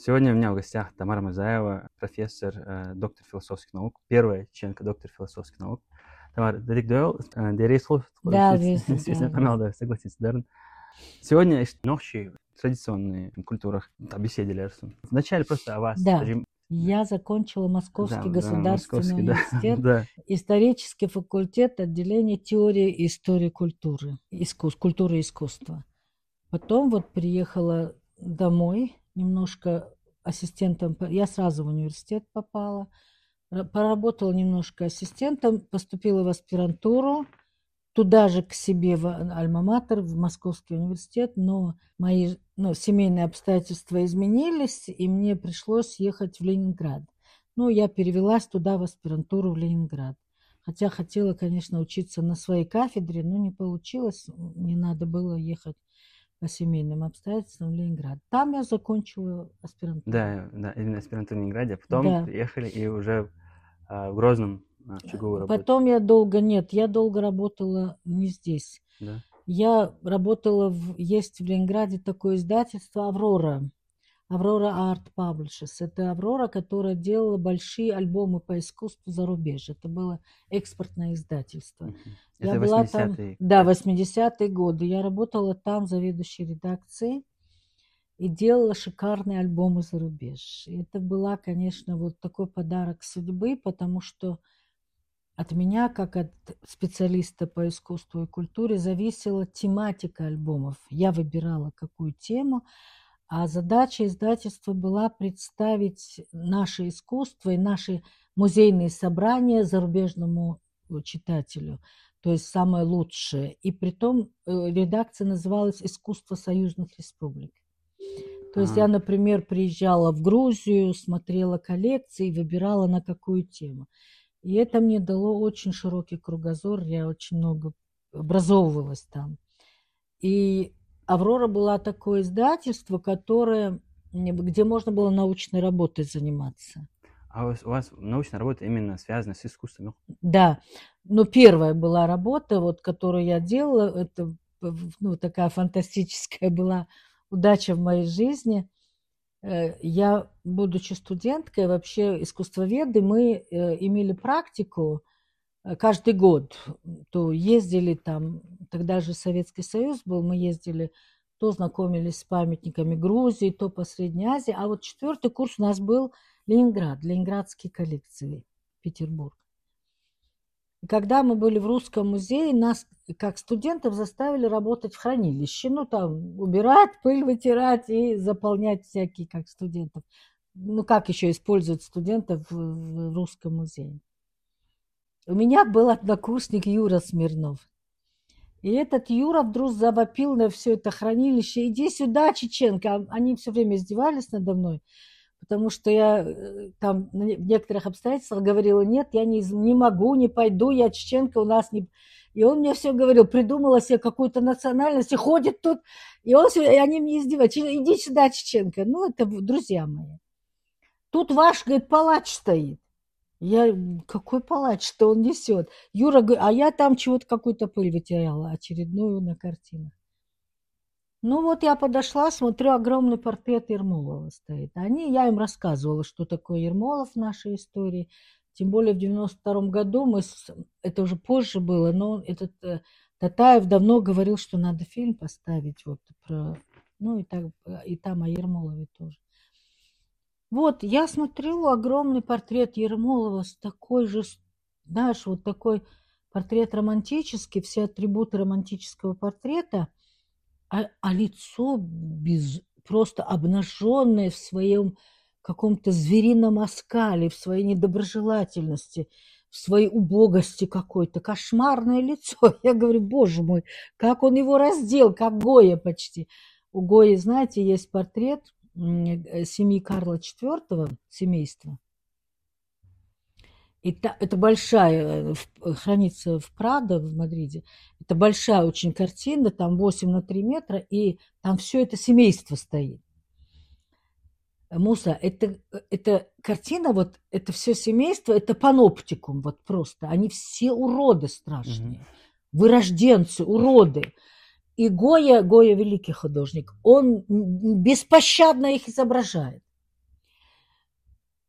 Сегодня у меня в гостях Тамара Мазаева, профессор, доктор философских наук, первая членка доктор философских наук. Тамара, Да, Веса, да. согласен. Сегодня ночи в традиционных культурах беседы. Вначале просто о вас. Да, я закончила Московский Да, государственный московский, да, университет, да. исторический факультет, отделение теории и истории культуры, культуры и искусства. Потом вот приехала домой, немножко ассистентом, я сразу в университет попала, поработала немножко ассистентом, поступила в аспирантуру, туда же к себе в Альма-Матер, в Московский университет, но мои семейные обстоятельства изменились, и мне пришлось ехать в Ленинград. Я перевелась туда в аспирантуру в Ленинград. Хотя хотела, конечно, учиться на своей кафедре, но не получилось. Мне надо было ехать по семейным обстоятельствам в Ленинград. Там я закончила аспирантуру. Да, именно аспирантуру в Ленинграде. Потом приехали и уже в Грозном в ЧГУ работали. Потом я долго работала не здесь. Да. Я работала, есть в Ленинграде такое издательство «Аврора». «Аврора Арт Паблишес». Это «Аврора», которая делала большие альбомы по искусству за рубеж. Это было экспортное издательство. Это 80-е? Да, 80-е годы. Я работала там заведующей редакцией и делала шикарные альбомы за рубеж. И это была, конечно, вот такой подарок судьбы, потому что от меня, как от специалиста по искусству и культуре, зависела тематика альбомов. Я выбирала, какую тему, а задача издательства была представить наше искусство и наши музейные собрания зарубежному читателю, то есть самое лучшее. И притом редакция называлась «Искусство союзных республик». То есть я, например, приезжала в Грузию, смотрела коллекции и выбирала, на какую тему. И это мне дало очень широкий кругозор, я очень много образовывалась там. И «Аврора» была такое издательство, где можно было научной работой заниматься. А у вас научная работа именно связана с искусством? Да, но первая была работа, вот, которую я делала, это такая фантастическая была удача в моей жизни. Я, будучи студенткой, вообще искусствоведы, мы имели практику каждый год. То ездили там, тогда же Советский Союз был, мы ездили, то знакомились с памятниками Грузии, то по Средней Азии. А вот 4-й курс у нас был Ленинград, ленинградские коллекции, Петербург. И когда мы были в Русском музее, нас, как студентов, заставили работать в хранилище. Там убирать, пыль вытирать и заполнять всякие, как студентов. Как еще используют студентов в Русском музее. У меня был однокурсник Юра Смирнов. И этот Юра вдруг завопил на все это хранилище: иди сюда, Чеченко. Они все время издевались надо мной, потому что я там в некоторых обстоятельствах говорила: нет, я не могу, не пойду, я Чеченко, у нас не... И он мне все говорил, придумала себе какую-то национальность, и ходит тут, и они мне издеваются: иди сюда, Чеченко. Это друзья мои. Тут ваш, говорит, палач стоит. Я: какой палач, что он несет? Юра говорит: а я там чего-то, какую-то пыль вытирала, очередную на картинах. Я подошла, смотрю, огромный портрет Ермолова стоит. Я им рассказывала, что такое Ермолов в нашей истории. Тем более в 92-м году, это уже позже было, но этот Татаев давно говорил, что надо фильм поставить и там о Ермолове тоже. Я смотрю, огромный портрет Ермолова с такой же, знаешь, вот такой портрет романтический, все атрибуты романтического портрета, а лицо просто обнаженное в своем каком-то зверином оскале, в своей недоброжелательности, в своей убогости какой-то, кошмарное лицо. Я говорю: боже мой, как он его раздел, как Гойя почти. У Гойи, знаете, есть портрет семьи Карла IV, семейства. Это большая, хранится в Прадо, в Мадриде. Это большая очень картина, там 8 на 3 метра, и там все это семейство стоит. Муса, это картина, это все семейство, это паноптикум, просто. Они все уроды страшные, вырожденцы, уроды. И Гойя великий художник, он беспощадно их изображает.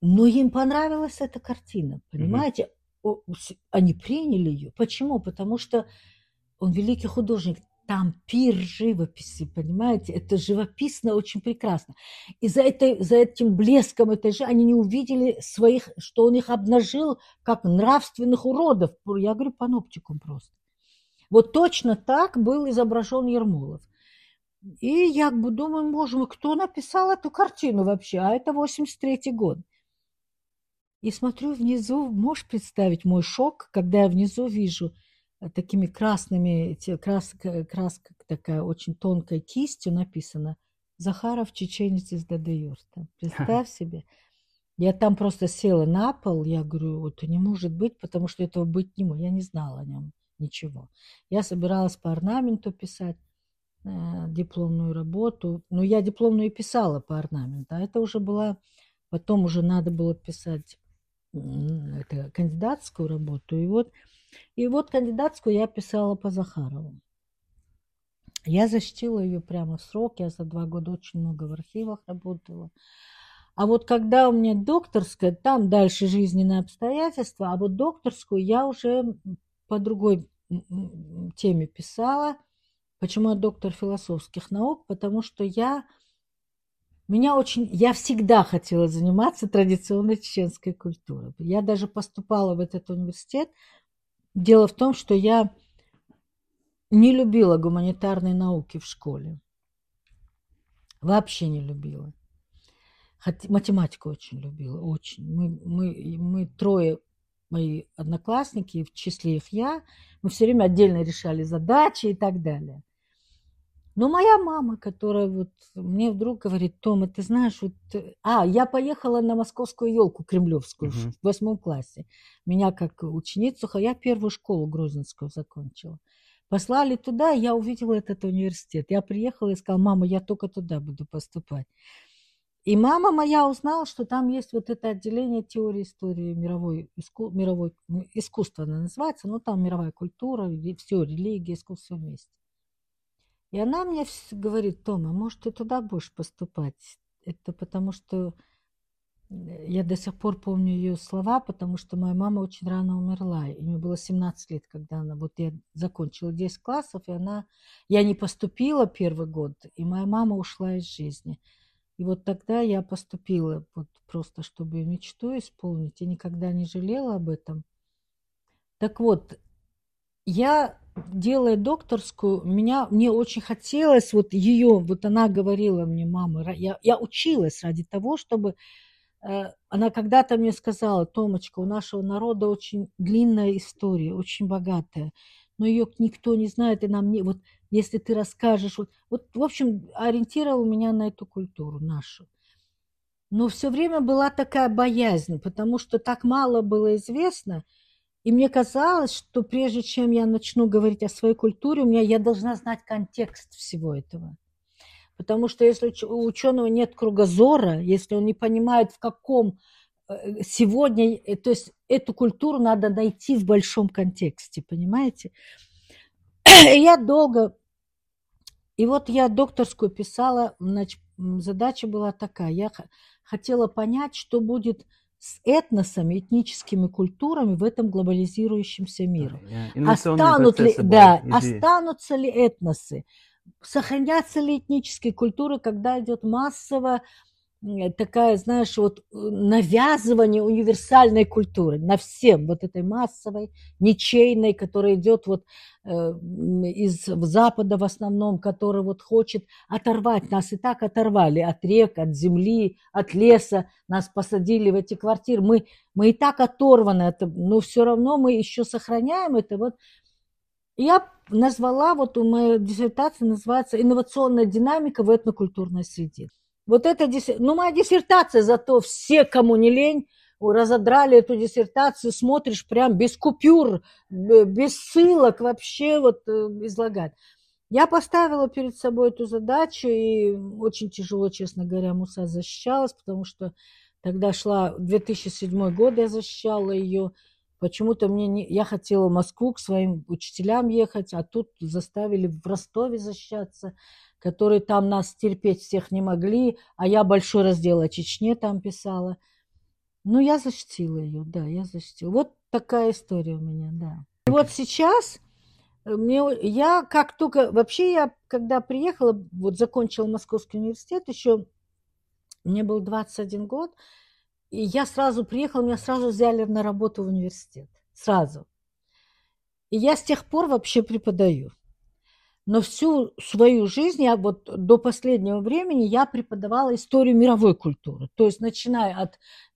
Но им понравилась эта картина, понимаете? Они приняли ее. Почему? Потому что он великий художник. Там пир живописи, понимаете? Это живописно, очень прекрасно. И за этим блеском этой же они не увидели своих, что он их обнажил как нравственных уродов. Я говорю, паноптикум просто. Вот точно так был изображен Ермолов. И я думаю, боже кто написал эту картину вообще? А это 83-й год. И смотрю внизу, можешь представить мой шок, когда я внизу вижу такими красными, краска такая очень тонкой кистью написано «Захаров, чеченец из Даде-Юрта». Представь себе. Я там просто села на пол, я говорю, это не может быть, потому что этого быть не может. Я не знала о нем ничего. Я собиралась по орнаменту писать дипломную работу. Но я дипломную и писала по орнаменту. А это уже была... Потом уже надо было писать это, кандидатскую работу. И вот кандидатскую я писала по Захарову. Я защитила ее прямо в срок. Я за 2 года очень много в архивах работала. А вот когда у меня докторская, там дальше жизненные обстоятельства, а вот докторскую я уже по другой теме писала. Почему я доктор философских наук? Потому что я всегда хотела заниматься традиционной чеченской культурой. Я даже поступала в этот университет. Дело в том, что я не любила гуманитарные науки в школе. Вообще не любила. Математику очень любила, очень. Мы трое, мои одноклассники, в числе их я, мы все время отдельно решали задачи и так далее. Но моя мама, которая вот мне вдруг говорит, Тома, ты знаешь, я поехала на московскую елку кремлевскую в 8 классе. Меня как ученицу, я первую школу грузинскую закончила. Послали туда, я увидела этот университет. Я приехала и сказала, мама, я только туда буду поступать. И мама моя узнала, что там есть вот это отделение теории истории мировой искусства, она называется, но там мировая культура, все, религия, искусство вместе. И она мне говорит, Тома, может, ты туда будешь поступать? Это потому что я до сих пор помню ее слова, потому что моя мама очень рано умерла. И мне было 17 лет, когда она... Вот я закончила 10 классов, и я не поступила первый год, и моя мама ушла из жизни. И вот тогда я поступила, вот просто чтобы мечту исполнить, и никогда не жалела об этом. Так вот, я, делая докторскую, мне очень хотелось вот ее, вот она говорила мне, мама, я училась ради того, чтобы... Она когда-то мне сказала, Томочка, у нашего народа очень длинная история, очень богатая, но ее никто не знает, и нам не... Вот если ты расскажешь... Вот в общем, ориентировал меня на эту культуру нашу. Но все время была такая боязнь, потому что так мало было известно, и мне казалось, что прежде чем я начну говорить о своей культуре, я должна знать контекст всего этого. Потому что если у ученого нет кругозора, если он не понимает, в каком сегодня, то есть эту культуру надо найти в большом контексте, понимаете? И я долго... И вот я докторскую писала, значит, задача была такая. Я хотела понять, что будет с этносами, этническими культурами в этом глобализирующемся мире. Останутся ли этносы? Сохранятся ли этнические культуры, когда идет массово такая, знаешь, вот навязывание универсальной культуры на всем, вот этой массовой, ничейной, которая идет вот из Запада в основном, которая вот хочет оторвать, нас и так оторвали от рек, от земли, от леса, нас посадили в эти квартиры, мы и так оторваны, но все равно мы еще сохраняем это. Вот я назвала, вот у моей диссертации называется «Инновационная динамика в этнокультурной среде». Вот это, моя диссертация, зато все, кому не лень, разодрали эту диссертацию, смотришь прям без купюр, без ссылок вообще вот излагать. Я поставила перед собой эту задачу, и очень тяжело, честно говоря, Муса защищалась, потому что тогда шла 2007 год, я защищала ее. Почему-то я хотела в Москву к своим учителям ехать, а тут заставили в Ростове защищаться, которые там нас терпеть всех не могли, а я большой раздел о Чечне там писала. Ну, я защитила ее, да, я защитила. Вот такая история у меня, да. И вот сейчас я как только... Вообще я, когда приехала, вот закончила Московский университет, еще мне был 21 год, и я сразу приехала, меня сразу взяли на работу в университет. Сразу. И я с тех пор вообще преподаю. Но всю свою жизнь, я вот до последнего времени, я преподавала историю мировой культуры. То есть начиная от,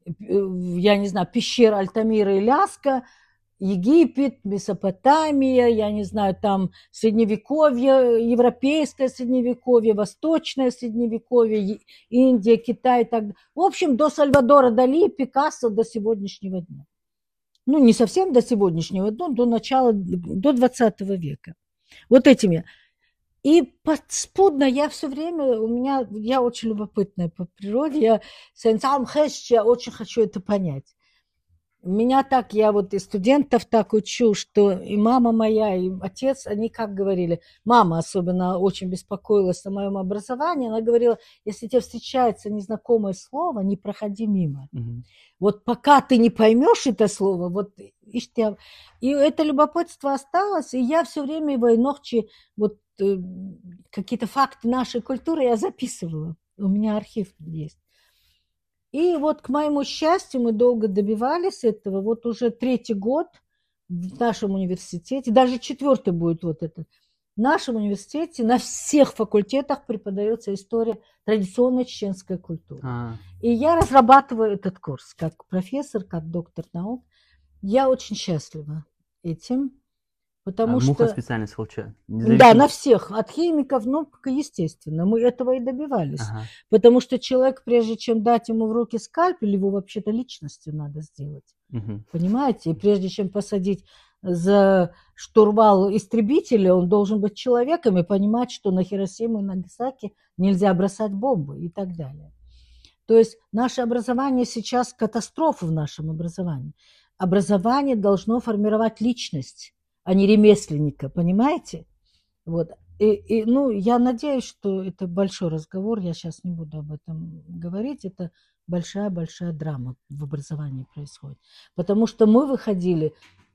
я не знаю, пещер Альтамира и Ляска, Египет, Месопотамия, я не знаю, там Средневековье, европейское Средневековье, восточное Средневековье, Индия, Китай и так далее. В общем, до Сальвадора Дали, Пикассо до сегодняшнего дня. Ну, не совсем до сегодняшнего, но до начала, до 20 века. Вот этими. И подспудно я все время, я очень любопытная по природе, я очень хочу это понять. Меня так, я вот и студентов так учу, что и мама моя, и отец, они как говорили, мама особенно очень беспокоилась о моем образовании, она говорила, если тебе встречается незнакомое слово, не проходи мимо. Вот пока ты не поймешь это слово, вот и это любопытство осталось, и я все время войнохчи, вот какие-то факты нашей культуры я записывала. У меня архив есть. И вот, к моему счастью, мы долго добивались этого. Вот уже 3-й год в нашем университете, даже 4-й будет вот этот. В нашем университете на всех факультетах преподается история традиционной чеченской культуры. И я разрабатываю этот курс как профессор, как доктор наук. Я очень счастлива этим. Потому Муха что... специальность получает? Да, на всех. От химиков, ну, естественно, мы этого и добивались. Потому что человек, прежде чем дать ему в руки скальпель, его вообще-то личностью надо сделать. Понимаете? И прежде чем посадить за штурвал истребителя, он должен быть человеком и понимать, что на Хиросиму и Нагасаки нельзя бросать бомбы и так далее. То есть наше образование сейчас катастрофа в нашем образовании. Образование должно формировать личность, а не ремесленника, понимаете? Вот. Ну, я надеюсь, что это большой разговор, я сейчас не буду об этом говорить, это большая-большая драма в образовании происходит. Потому что мы выходили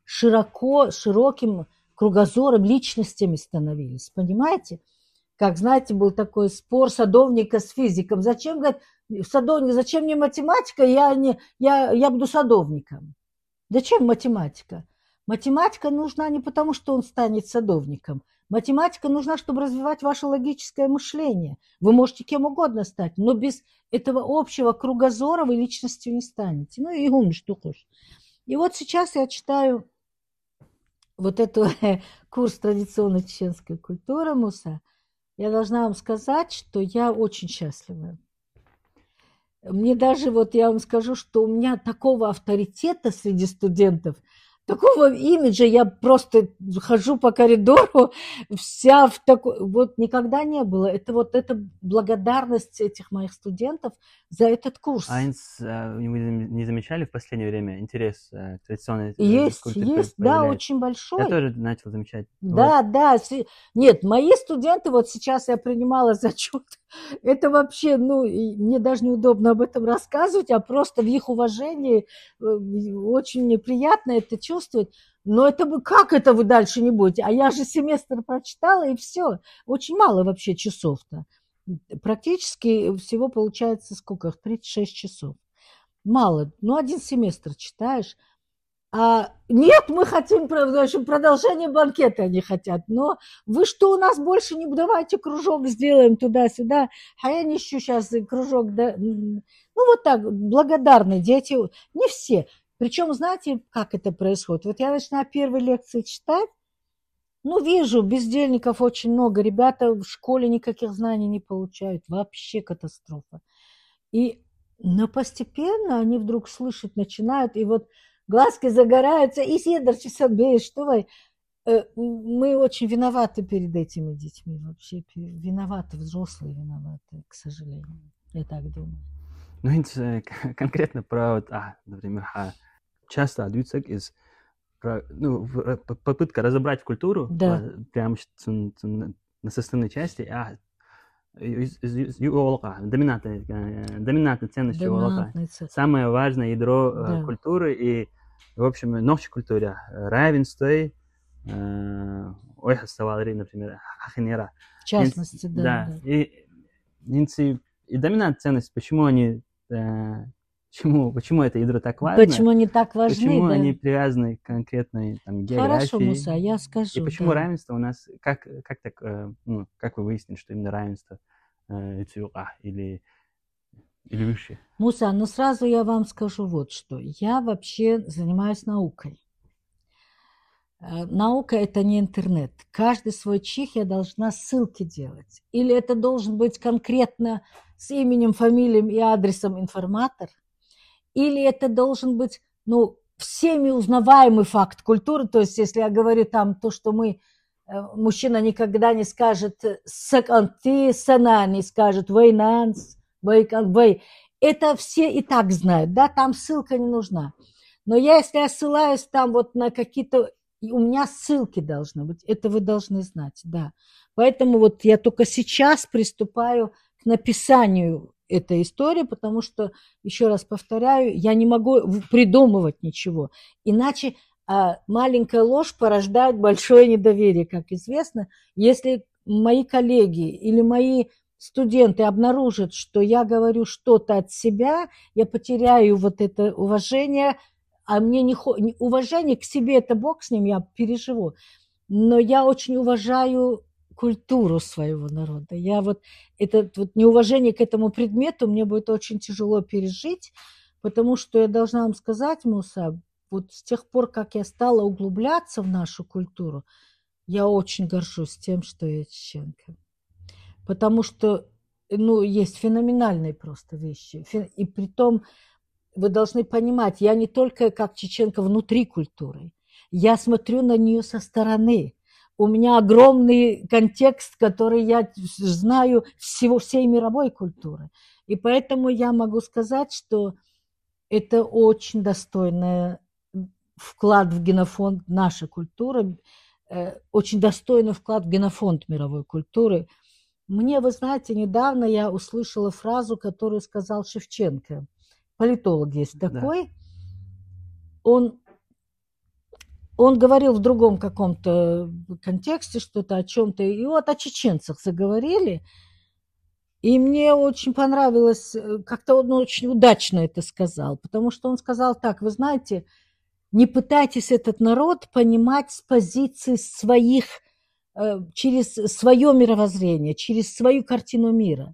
широким кругозором, личностями становились, понимаете? Как, знаете, был такой спор садовника с физиком. Зачем, говорит, садовник, зачем мне математика, я буду садовником. Зачем математика? Математика нужна не потому, что он станет садовником. Математика нужна, чтобы развивать ваше логическое мышление. Вы можете кем угодно стать, но без этого общего кругозора вы личностью не станете. Ну и ум, что хочешь. И вот сейчас я читаю вот этот курс традиционной чеченской культуры Муса. Я должна вам сказать, что я очень счастлива. Мне даже, вот я вам скажу, что у меня такого авторитета среди студентов, такого имиджа, я просто хожу по коридору, вся в такой... Вот никогда не было. Это благодарность этих моих студентов за этот курс. Вы не замечали в последнее время интерес к традиционной культуре? Есть, да, очень большой. Я тоже начал замечать. Да, вот. Да. Нет, мои студенты, вот сейчас я принимала зачет, это вообще, ну, мне даже неудобно об этом рассказывать, а просто в их уважении очень мне приятно это чувствовать. Но это вы, как это вы дальше не будете? А я же семестр прочитала, и все. Очень мало вообще часов-то. Практически всего получается сколько? 36 часов. Мало. Ну, один семестр читаешь. Нет, мы хотим продолжение банкета, они хотят. Но вы что, у нас больше не давайте кружок сделаем туда-сюда. А я не ищу сейчас кружок. Да. Ну, вот так, благодарны дети. Не все. Причем, знаете, как это происходит? Вот я начинаю первые лекции читать. Ну, вижу, бездельников очень много. Ребята в школе никаких знаний не получают. Вообще катастрофа. Но постепенно они вдруг слышать начинают. И вот глазки загораются, и Сидор Чесанбеевич, что вы? Мы очень виноваты перед этими детьми вообще. Виноваты, взрослые виноваты, к сожалению. Я так думаю. Ну, конкретно про, например, часто адвицек из попытка разобрать культуру, да. Прямо на составной части, доминантная ценность юголока. Самое важное ядро культуры и, в общем, ночь культуры. Равенство, например, хахинера. В частности, да. И доминантная ценность, почему они... Почему это ядро так важно? Почему они так важны? Почему они привязаны к конкретной географии? Хорошо, Муса, я скажу. И почему равенство у нас... Как вы выяснили, что именно равенство или выше? Муса, сразу я вам скажу вот что. Я вообще занимаюсь наукой. Наука – это не интернет. Каждый свой чих я должна ссылки делать. Или это должен быть конкретно с именем, фамилией и адресом информатор, или это должен быть, всеми узнаваемый факт культуры. То есть, если я говорю там то, что мужчина никогда не скажет «саканти», «сана», не скажет «вейнанс», «вейкан», это все и так знают, да, там ссылка не нужна. Но если я ссылаюсь там вот на какие-то... У меня ссылки должны быть, это вы должны знать, да. Поэтому вот я только сейчас приступаю к написанию этой истории, потому что, еще раз повторяю, я не могу придумывать ничего. Иначе маленькая ложь порождает большое недоверие, как известно. Если мои коллеги или мои студенты обнаружат, что я говорю что-то от себя, я потеряю вот это уважение, а мне уважение к себе, это Бог с ним, я переживу. Но я очень уважаю культуру своего народа. Это неуважение к этому предмету мне будет очень тяжело пережить, потому что я должна вам сказать, Муса, вот с тех пор, как я стала углубляться в нашу культуру, я очень горжусь тем, что я чеченка. Потому что, есть феноменальные просто вещи. И притом, вы должны понимать, я не только как чеченка внутри культуры, я смотрю на нее со стороны. У меня огромный контекст, который я знаю всей мировой культуры. И поэтому я могу сказать, что это очень достойный вклад в генофонд нашей культуры, очень достойный вклад в генофонд мировой культуры. Вы знаете, недавно я услышала фразу, которую сказал Шевченко. Политолог есть такой. Да. Он говорил в другом каком-то контексте что-то о чем-то, и вот о чеченцах заговорили, и мне очень понравилось, как-то он очень удачно это сказал, потому что он сказал так: вы знаете, не пытайтесь этот народ понимать с позиции своих, через свое мировоззрение, через свою картину мира.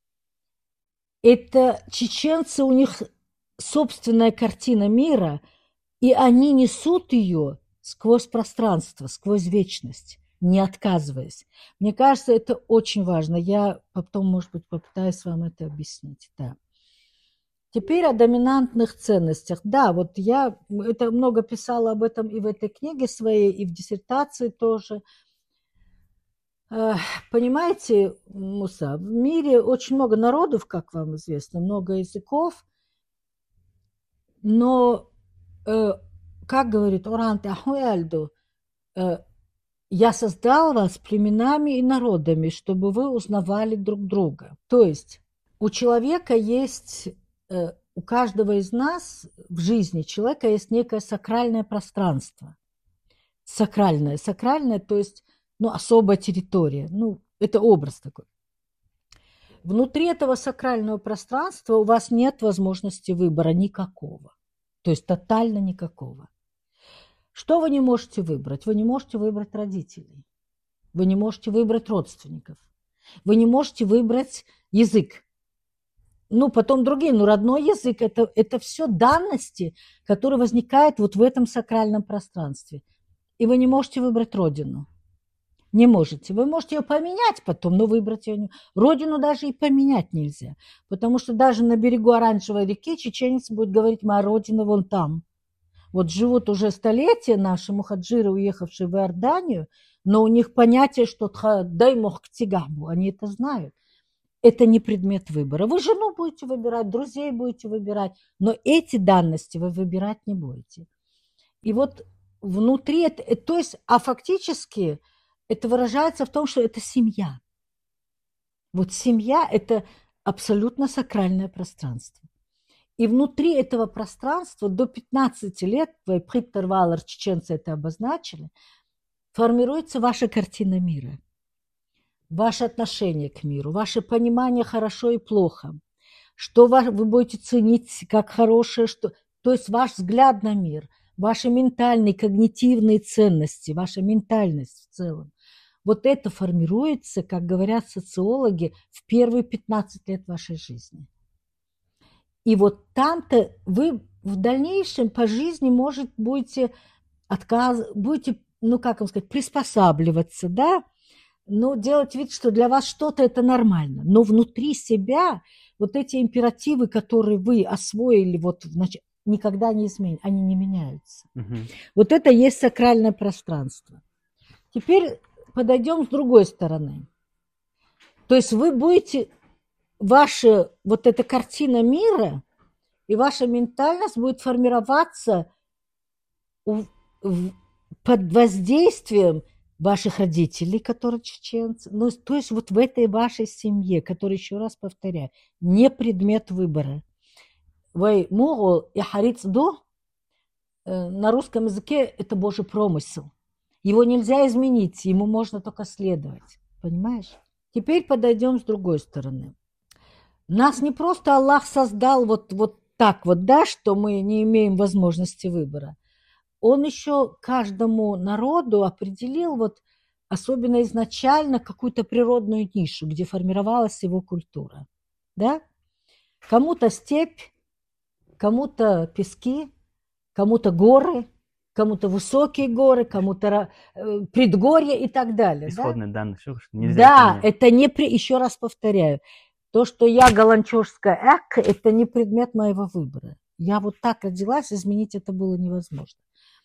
Это чеченцы, у них собственная картина мира, и они несут ее сквозь пространство, сквозь вечность, не отказываясь. Мне кажется, это очень важно. Я потом, может быть, попытаюсь вам это объяснить. Да. Теперь о доминантных ценностях. Да, вот я много писала об этом и в этой книге своей, и в диссертации тоже. Понимаете, Муса, в мире очень много народов, как вам известно, много языков, но как говорит Оранте Ахуэльду, я создал вас племенами и народами, чтобы вы узнавали друг друга. То есть у человека есть, у каждого из нас в жизни человека есть некое сакральное пространство. Сакральное, то есть, особая территория. Это образ такой. Внутри этого сакрального пространства у вас нет возможности выбора никакого. То есть тотально никакого. Что вы не можете выбрать? Вы не можете выбрать родителей. Вы не можете выбрать родственников. Вы не можете выбрать язык. Потом другие. Родной язык – это все данности, которые возникают вот в этом сакральном пространстве. И вы не можете выбрать родину. Не можете. Вы можете ее поменять потом, но выбрать ее не... Родину даже и поменять нельзя. Потому что даже на берегу Оранжевой реки чеченец будет говорить: моя родина вон там. Вот живут уже столетия наши мухаджиры, уехавшие в Иорданию, но у них понятие, что дай мох к тигабу, они это знают. Это не предмет выбора. Вы жену будете выбирать, друзей будете выбирать, но эти данности вы выбирать не будете. И вот внутри, то есть, фактически это выражается в том, что это семья. Вот семья – это абсолютно сакральное пространство. И внутри этого пространства до 15 лет, твой Приттер Валер, чеченцы это обозначили, формируется ваша картина мира, ваше отношение к миру, ваше понимание хорошо и плохо, что вы будете ценить как хорошее, то есть ваш взгляд на мир, ваши ментальные, когнитивные ценности, ваша ментальность в целом. Вот это формируется, как говорят социологи, в первые 15 лет вашей жизни. И вот там-то вы в дальнейшем по жизни, может, будете, ну, как вам сказать, приспосабливаться, да, но делать вид, что для вас что-то это нормально. Но внутри себя вот эти императивы, которые вы освоили, никогда не изменятся, они не меняются. Вот это есть сакральное пространство. Теперь подойдем с другой стороны. То есть вы будете, ваша вот эта картина мира и ваша ментальность будет формироваться под воздействием ваших родителей, которые чеченцы. Ну, то есть вот в этой вашей семье, которая, еще раз повторяю, не предмет выбора. Вы могу и хариц до на русском языке это Божий промысел. Его нельзя изменить, ему можно только следовать. Понимаешь? Теперь подойдем с другой стороны. Нас не просто Аллах создал вот так вот, да, что мы не имеем возможности выбора. Он еще каждому народу определил особенно изначально какую-то природную нишу, где формировалась его культура. Да? Кому-то степь, кому-то пески, кому-то горы, кому-то высокие горы, кому-то предгорья и так далее. Исходные данные. Все, что нельзя да, это не... Еще раз повторяю. То, что я голландчожская эк, это не предмет моего выбора. Я вот так родилась, изменить это было невозможно.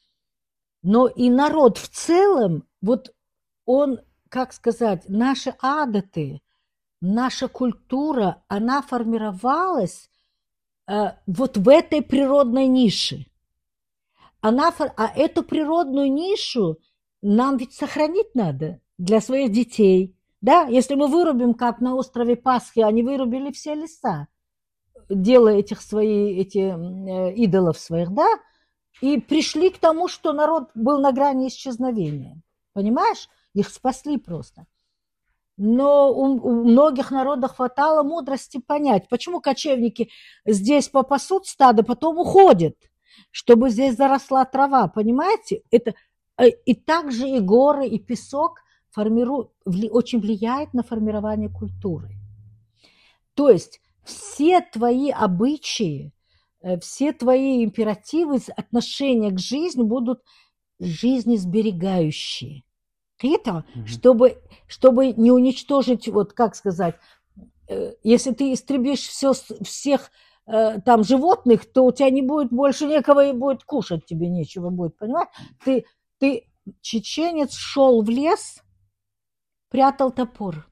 Но и народ в целом, он, как сказать, наши адаты, наша культура, она формировалась в этой природной нише. А эту природную нишу нам ведь сохранить надо для своих детей. Да? Если мы вырубим, как на острове Пасхи, они вырубили все леса, делая эти идолов своих, да? И пришли к тому, что народ был на грани исчезновения. Понимаешь? Их спасли просто. Но у многих народов хватало мудрости понять, почему кочевники здесь попасут стадо, потом уходят, чтобы здесь заросла трава. Понимаете? И также и горы, и песок очень влияет на формирование культуры. То есть все твои обычаи, все твои императивы, отношения к жизни будут жизнесберегающие. Это, чтобы не уничтожить, как сказать, если ты истребишь всех там животных, то у тебя не будет больше некого и будет кушать, тебе нечего будет, понимаешь? Ты чеченец шел в лес, прятал топор.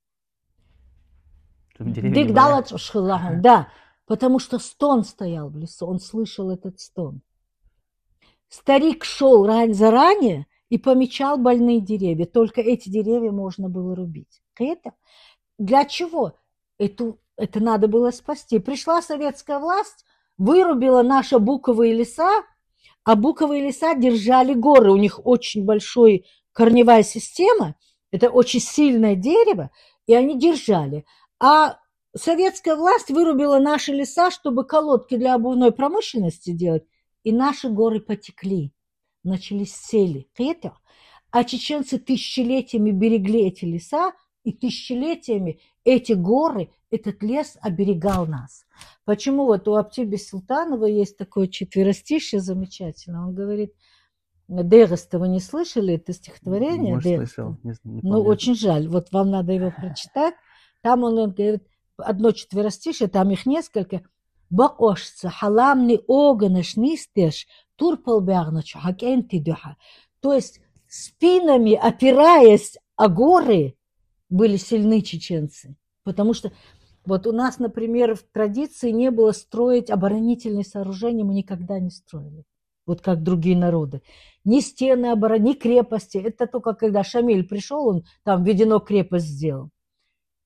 Да, потому что стон стоял в лесу, он слышал этот стон. Старик шел заранее и помечал больные деревья. Только эти деревья можно было рубить. Это для чего? Это надо было спасти. Пришла советская власть, вырубила наши буковые леса, а буковые леса держали горы. У них очень большая корневая система, это очень сильное дерево, и они держали. А советская власть вырубила наши леса, чтобы колодки для обувной промышленности делать, и наши горы потекли, начались сели. А чеченцы тысячелетиями берегли эти леса, и тысячелетиями эти горы, этот лес оберегал нас. Почему у Апти Бессултанова есть такое четверостишье замечательное? Он говорит, Дереста, вы не слышали это стихотворение? Может, слышал. Не ну, очень жаль. Вам надо его прочитать. Там он говорит, одно четверостишье, там их несколько. Бакошца, халамни оганаш нистеш, турпалбягнач, хакенти дюха. То есть спинами, опираясь о горы, были сильны чеченцы. Потому что у нас, например, в традиции не было строить оборонительные сооружения, мы никогда не строили. Как другие народы. Ни стены обороны, ни крепости. Это только когда Шамиль пришел, он там Ведено крепость сделал.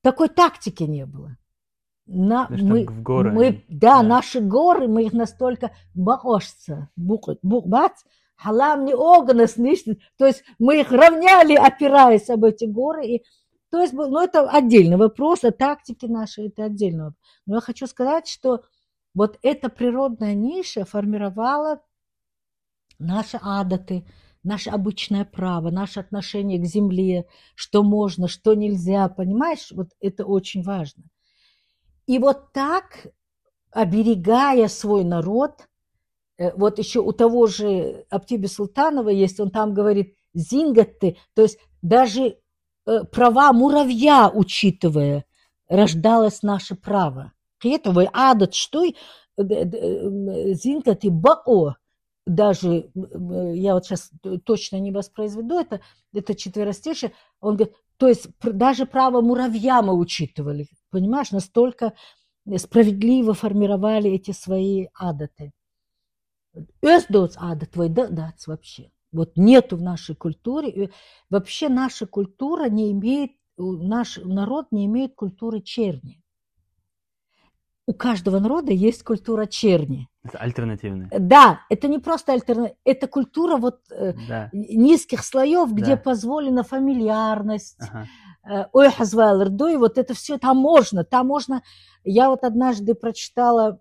такой тактики не было. В горы. Наши горы, мы их настолько боишься, халам не огнес, то есть мы их равняли, опираясь об эти горы. То есть, это отдельный вопрос, а тактики наши это отдельный вопрос. Но я хочу сказать, что вот эта природная ниша формировала наши адаты, наше обычное право, наше отношение к земле, что можно, что нельзя, понимаешь? Вот это очень важно. И вот так, оберегая свой народ, вот еще у того же Аптиби Султанова есть, он там говорит «зингатты», то есть даже права муравья учитывая, рождалось наше право. Кретовый адат, что зингатты бао, даже, я вот сейчас точно не воспроизведу это четверостишее, он говорит, то есть даже право муравья мы учитывали, понимаешь, настолько справедливо формировали эти свои адаты. Özdоц адат твой дац вообще. Вот нету в нашей культуре, вообще наша культура не имеет, наш народ не имеет культуры черни. У каждого народа есть культура черни. Это альтернативная. Да, это не просто альтернативная, это культура низких слоев, где позволена фамильярность, и вот это все, там можно. Я вот однажды прочитала,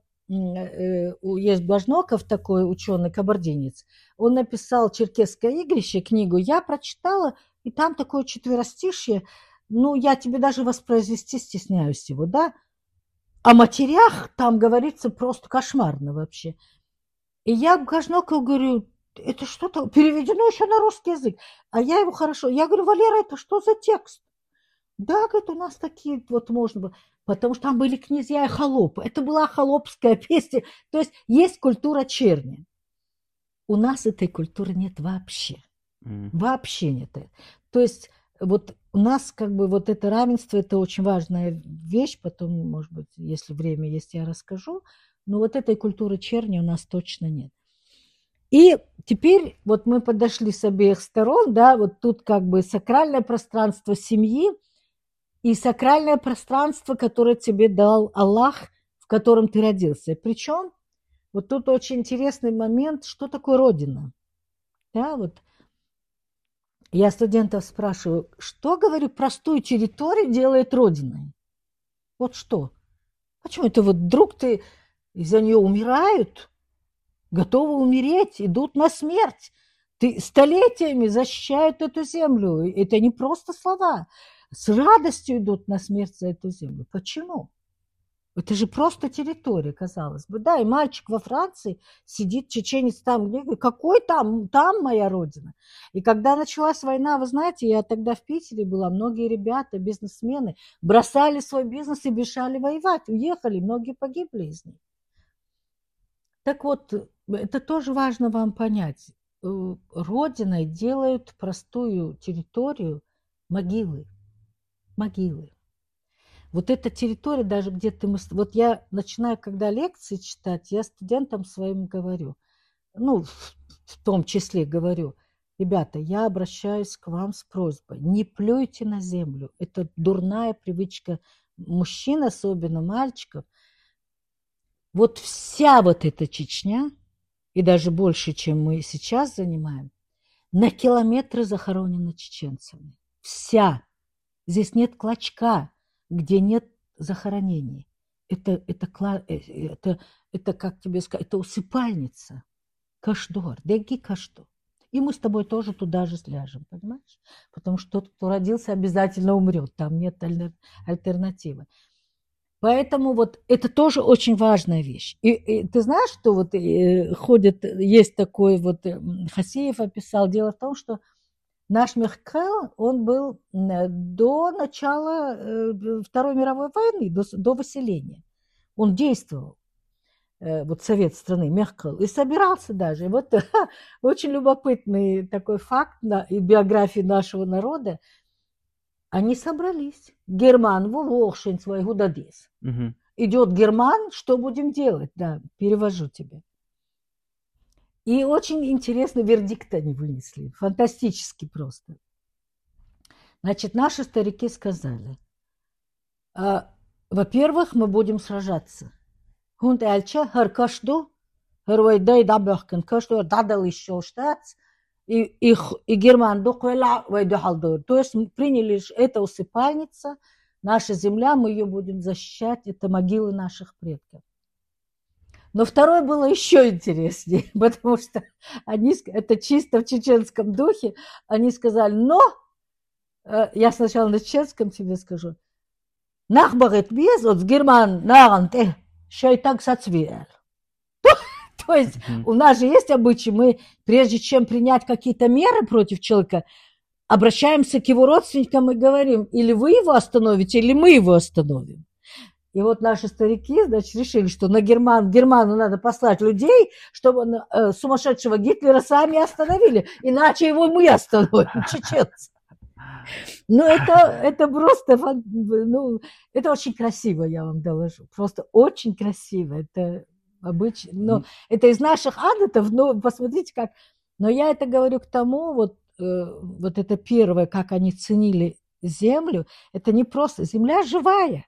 есть Блажноков такой ученый, кабардинец, он написал «Черкесское игрище», книгу, я прочитала, и там такое четверостишье, я тебе даже воспроизвести стесняюсь его, да, о матерях там говорится просто кошмарно вообще. И я Блажнокову говорю, это что-то переведено еще на русский язык, а я его хорошо, я говорю, Валера, это что за текст? Да, говорит, у нас такие вот можно было, потому что там были князья и холопы. Это была холопская песня. То есть культура черни. У нас этой культуры нет вообще. Вообще нет. То есть вот у нас как бы вот это равенство, это очень важная вещь. Потом, может быть, если время есть, я расскажу. Но вот этой культуры черни у нас точно нет. И теперь вот мы подошли с обеих сторон, да, вот тут как бы сакральное пространство семьи, и сакральное пространство, которое тебе дал Аллах, в котором ты родился. Причем вот тут очень интересный момент, что такое Родина. Да, вот я студентов спрашиваю, что, говорю, простую территорию делает Родиной? Вот что? Почему это вот вдруг ты из-за нее умирают, готовы умереть, идут на смерть? Ты столетиями защищают эту землю. Это не просто слова. С радостью идут на смерть за эту землю. Почему? Это же просто территория, казалось бы. Да, и мальчик во Франции сидит, чеченец там, где, какой там? Там моя родина. И когда началась война, вы знаете, я тогда в Питере была, многие ребята, бизнесмены, бросали свой бизнес и бежали воевать, уехали, многие погибли из них. Так вот, это тоже важно вам понять. Родиной делают простую территорию могилы. Вот эта территория, даже где-то вот я начинаю, когда лекции читать, я студентам своим говорю, в том числе говорю, ребята, я обращаюсь к вам с просьбой, не плюйте на землю. Это дурная привычка мужчин, особенно мальчиков. Вот вся вот эта Чечня, и даже больше, чем мы сейчас занимаем, на километры захоронена чеченцами. Вся. Здесь нет клочка, где нет захоронений. Это как тебе сказать, это усыпальница. Кашдор, деги кашдор. И мы с тобой тоже туда же сляжем, понимаешь? Потому что тот, кто родился, обязательно умрет. Там нет альтернативы. Поэтому вот это тоже очень важная вещь. И ты знаешь, что вот есть такой вот, Хасеев описал, дело в том, что наш Мехкел, он был до начала Второй мировой войны, до выселения. Он действовал, вот совет страны, Мехкел, и собирался даже. И вот очень любопытный такой факт и биографии нашего народа. Они собрались. Герман, Волошин свой гудадес. Идет Герман, что будем делать? Да, перевожу тебе. И очень интересный вердикт они вынесли. Фантастически просто. Значит, наши старики сказали, Во-первых, мы будем сражаться. Хунт эльча, харкашду, харвайдай дабахкен, кашду, дадал еще штац, и герман духвела, вайду халдур. То есть мы приняли, это усыпальница, наша земля, мы ее будем защищать, это могилы наших предков. Но второе было еще интереснее, потому что они, это чисто в чеченском духе, они сказали, но, я сначала на чеченском тебе скажу, нахбагет без, вот в герман наганте, шайтак сацвиэл. То есть у нас же есть обычай, мы, прежде чем принять какие-то меры против человека, обращаемся к его родственникам и говорим, или вы его остановите, или мы его остановим. И вот наши старики, значит, решили, что на Герману надо послать людей, чтобы сумасшедшего Гитлера сами остановили, иначе его мы остановим, чеченцы. Ну, это просто, ну, это очень красиво, я вам доложу, просто очень красиво, это обычно, но это из наших адатов, но посмотрите как, но я это говорю к тому, вот это первое, как они ценили землю, это не просто, земля живая,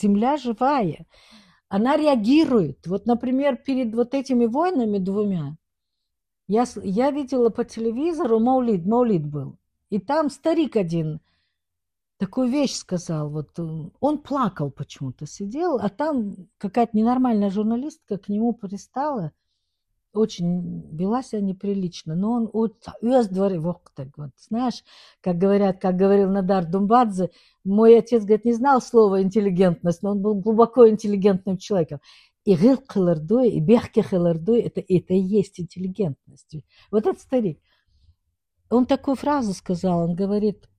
она реагирует. Вот, например, перед вот этими войнами двумя я видела по телевизору, Маулид был, и там старик один такую вещь сказал, вот он плакал почему-то, сидел, а там какая-то ненормальная журналистка к нему пристала, очень вела себя неприлично, но он вот знаешь, как говорил Надар Думбадзе, мой отец, говорит, не знал слова интеллигентность, но он был глубоко интеллигентным человеком. И гыл кылырдой, и бехке кылырдой, это и есть интеллигентность. Вот этот старик. Он такую фразу сказал, он говорит,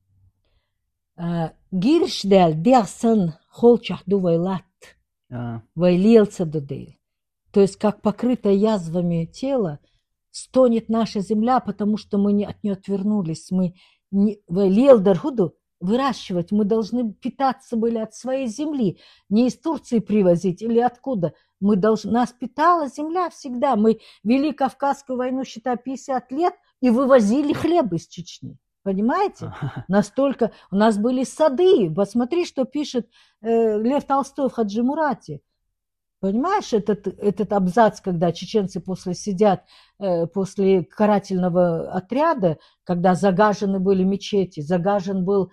гиршдел дерсан холчахду вайлат, вайлелца дудейль. То есть, как покрытое язвами тело, стонет наша земля, потому что мы от нее отвернулись. Мы выращивать, мы должны питаться были от своей земли, не из Турции привозить или откуда. Нас питала земля всегда. Мы вели Кавказскую войну, считай, 50 лет и вывозили хлеб из Чечни. Понимаете? Настолько... У нас были сады. Посмотри, что пишет Лев Толстой в Хаджи Мурате. Понимаешь, этот абзац, когда чеченцы сидят после карательного отряда, когда загажены были мечети, загажен был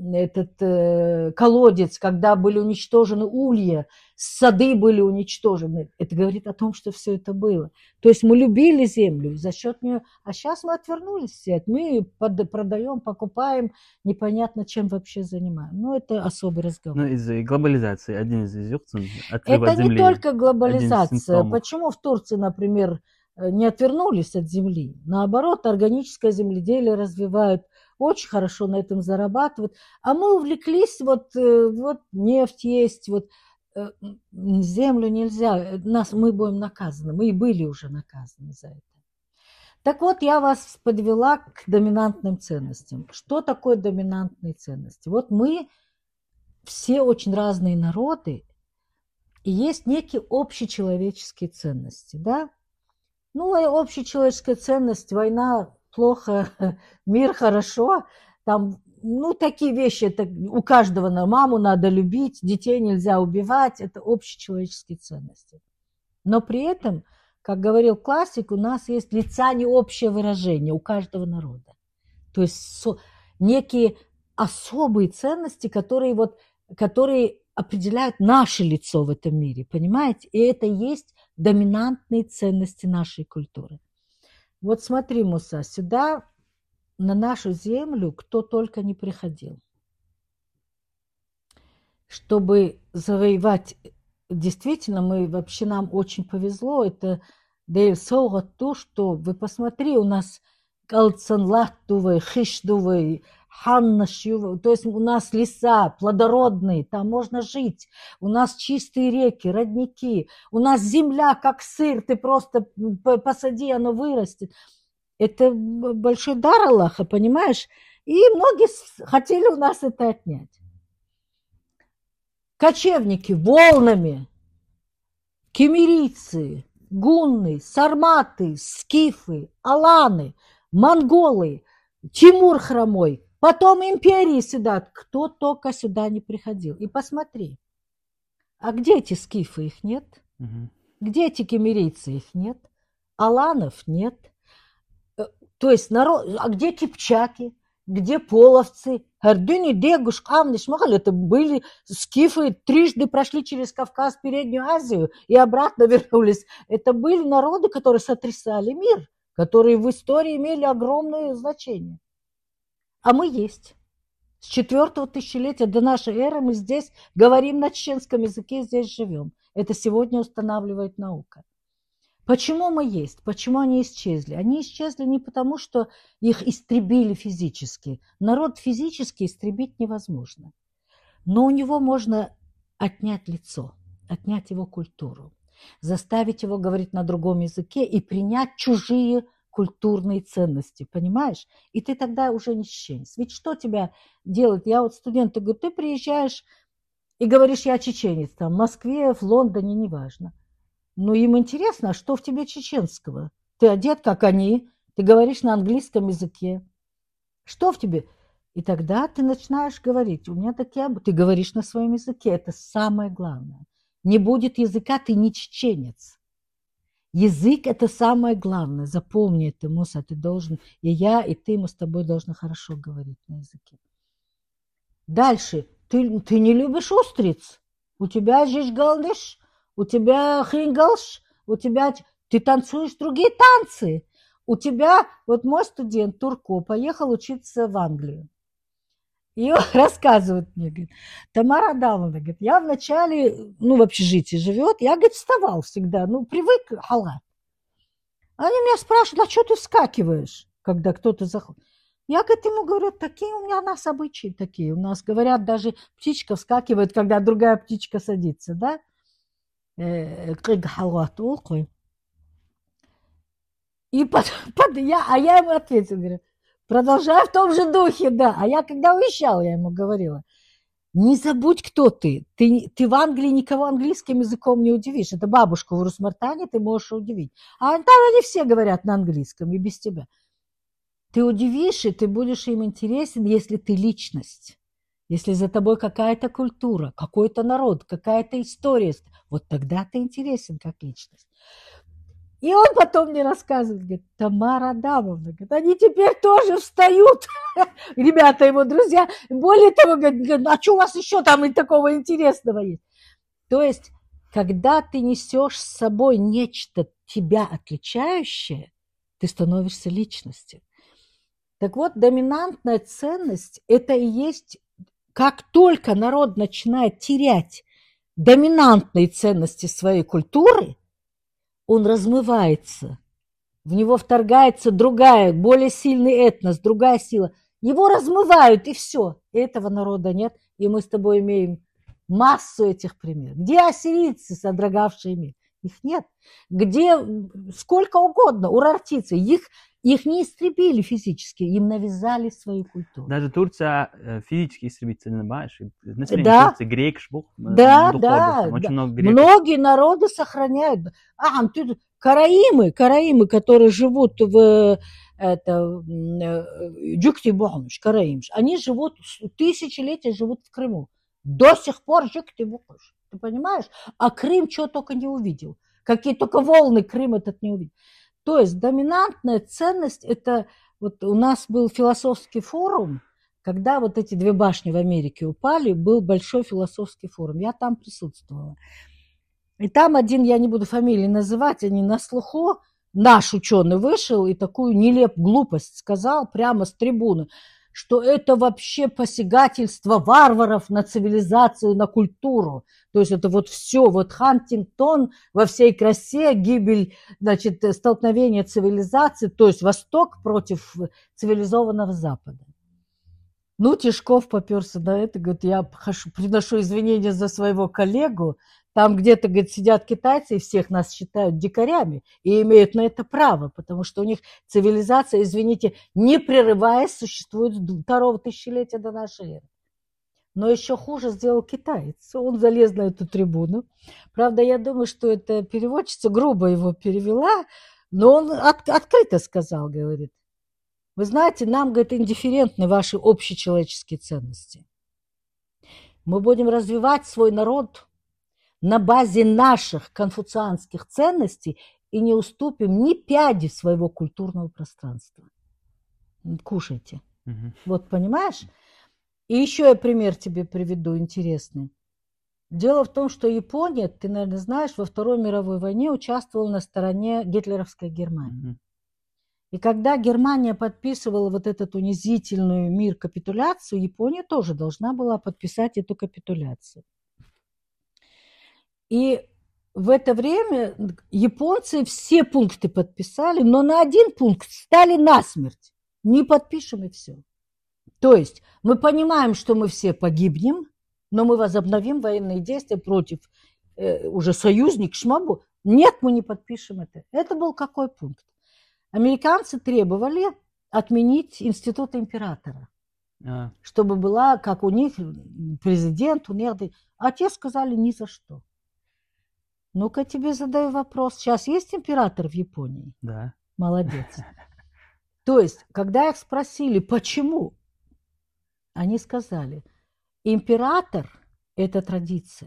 этот колодец, когда были уничтожены улья, сады были уничтожены. Это говорит о том, что все это было. То есть мы любили землю за счет нее, а сейчас мы отвернулись все. Мы продаем, покупаем, непонятно чем вообще занимаем. Ну, это особый разговор. Ну, из-за глобализации один из юрцев это не только глобализация. Почему в Турции, например, не отвернулись от земли? Наоборот, органическое земледелие развивают, очень хорошо на этом зарабатывают. А мы увлеклись, вот нефть есть, вот землю нельзя, мы будем наказаны, мы и были уже наказаны за это. Так вот, я вас подвела к доминантным ценностям. Что такое доминантные ценности? Вот мы все очень разные народы, и есть некие общечеловеческие ценности, да? Ну, общечеловеческая ценность, война плохо, мир хорошо, там, ну, такие вещи, это у каждого, маму надо любить, детей нельзя убивать, это общечеловеческие ценности. Но при этом, как говорил классик, у нас есть лица не общее выражение у каждого народа. То есть некие особые ценности, которые определяют наше лицо в этом мире, понимаете? И это есть доминантные ценности нашей культуры. Вот смотри, Муса, сюда, на нашу землю, кто только не приходил. Чтобы завоевать, действительно, нам очень повезло, это то, что, вы посмотри, у нас Калцанлахтувый, Хиштувый, Ханнашьювый, то есть у нас леса плодородные, там можно жить, у нас чистые реки, родники, у нас земля как сыр, ты просто посади, оно вырастет. Это большой дар Аллаха, понимаешь? И многие хотели у нас это отнять. Кочевники волнами, кемерийцы, гунны, сарматы, скифы, аланы, монголы, Тимур хромой, Потом империи сюда. Кто только сюда не приходил. И посмотри. А где эти скифы? Их нет. Где эти кемерийцы? Их нет. Аланов нет. То есть народ... А где кипчаки? Где половцы? Гордыни, Дегуш, Камни, Шмахаль. Это были скифы, трижды прошли через Кавказ, Переднюю Азию и обратно вернулись. Это были народы, которые сотрясали мир, которые в истории имели огромное значение. А мы есть. С 4-го тысячелетия до нашей эры мы здесь говорим на чеченском языке, здесь живем. Это сегодня устанавливает наука. Почему мы есть? Почему они исчезли? Они исчезли не потому, что их истребили физически. Народ физически истребить невозможно. Но у него можно отнять лицо, отнять его культуру, заставить его говорить на другом языке и принять чужие культурные ценности, понимаешь? И ты тогда уже не чеченец. Ведь что тебя делает? Я вот студенту говорю, ты приезжаешь и говоришь, я чеченец, там, в Москве, в Лондоне, неважно. Но им интересно, а что в тебе чеченского? Ты одет, как они, ты говоришь на английском языке. Что в тебе? И тогда ты начинаешь говорить, у меня такие... Ты говоришь на своем языке, это самое главное. Не будет языка, ты не чеченец. Язык – это самое главное. Запомни это, Муса, ты должен, и я, и ты, мы с тобой должны хорошо говорить на языке. Дальше. Ты не любишь устриц? У тебя жишгалдыш, у тебя хингалш, у тебя... Ты танцуешь другие танцы. У тебя... Вот мой студент Турко поехал учиться в Англию. И он рассказывает мне, говорит, Тамара Адамовна, говорит, я вначале, в общежитии живет, я, говорит, вставал всегда, привык халат. Они меня спрашивают, а что ты вскакиваешь, когда кто-то заходит? Я, говорит, ему говорю, такие у меня у нас обычаи такие. У нас, говорят, даже птичка вскакивает, когда другая птичка садится, да? И я ему ответил, говорю, продолжай в том же духе, да. А я когда уезжал, я ему говорила, не забудь, кто ты. Ты в Англии никого английским языком не удивишь. Это бабушку в Урус-Мартане ты можешь удивить. А там они все говорят на английском и без тебя. Ты удивишь, и ты будешь им интересен, если ты личность. Если за тобой какая-то культура, какой-то народ, какая-то история. Вот тогда ты интересен как личность. И он потом мне рассказывает, говорит, Тамара Адамовна, говорит, они теперь тоже встают, ребята его друзья. Более того, говорит, а что у вас еще там и такого интересного есть? То есть, когда ты несешь с собой нечто тебя отличающее, ты становишься личностью. Так вот, доминантная ценность – это и есть, как только народ начинает терять доминантные ценности своей культуры, он размывается, в него вторгается другая, более сильный этнос, другая сила. Его размывают, и все. Этого народа нет, и мы с тобой имеем массу этих примеров. Где ассирийцы, содрогавшие мир? Их нет. Где сколько угодно, урартийцы, их не истребили физически, им навязали свою культуру. Даже Турция физически истребится, не знаешь? Население Да. Турции грек, шбух, Да. очень много греков. Многие народы сохраняют. Караимы, которые живут в Джуктибухнуш, Караимш, они живут, тысячелетия живут в Крыму. До сих пор Джуктибухнуш. Ты понимаешь? А Крым чего только не увидел. Какие только волны Крым этот не увидел. То есть доминантная ценность – это… Вот у нас был философский форум, когда вот эти 2 башни в Америке упали, был большой философский форум. Я там присутствовала. И там один, я не буду фамилии называть, они на слуху, наш ученый вышел и такую нелепую глупость сказал прямо с трибуны, что это вообще посягательство варваров на цивилизацию, на культуру. То есть это вот все, вот Хантингтон во всей красе, гибель, значит, столкновение цивилизаций, то есть Восток против цивилизованного Запада. Тишков попёрся на это, говорит, я приношу извинения за своего коллегу, там где-то, говорит, сидят китайцы и всех нас считают дикарями и имеют на это право, потому что у них цивилизация, извините, не прерываясь, существует с 2-го тысячелетия до нашей эры. Но еще хуже сделал китаец. Он залез на эту трибуну. Правда, я думаю, что эта переводчица грубо его перевела, но он открыто сказал, говорит, Вы знаете, нам, говорит, индифферентны ваши общечеловеческие ценности. Мы будем развивать свой народ на базе наших конфуцианских ценностей и не уступим ни пяди своего культурного пространства. Кушайте. Вот понимаешь? И еще я пример тебе приведу интересный. Дело в том, что Япония, ты, наверное, знаешь, во Второй мировой войне участвовала на стороне гитлеровской Германии. И когда Германия подписывала вот эту унизительную мир капитуляцию, Япония тоже должна была подписать эту капитуляцию. И в это время японцы все пункты подписали, но на один пункт стали насмерть. Не подпишем и все. То есть мы понимаем, что мы все погибнем, но мы возобновим военные действия против уже союзник Шмабу. Нет, мы не подпишем это. Это был какой пункт? Американцы требовали отменить институт императора, чтобы была, как у них, президент, а те сказали ни за что. Ну-ка, тебе задаю вопрос. Сейчас есть император в Японии? Да. Молодец. То есть, когда их спросили, почему, они сказали, император – это традиция.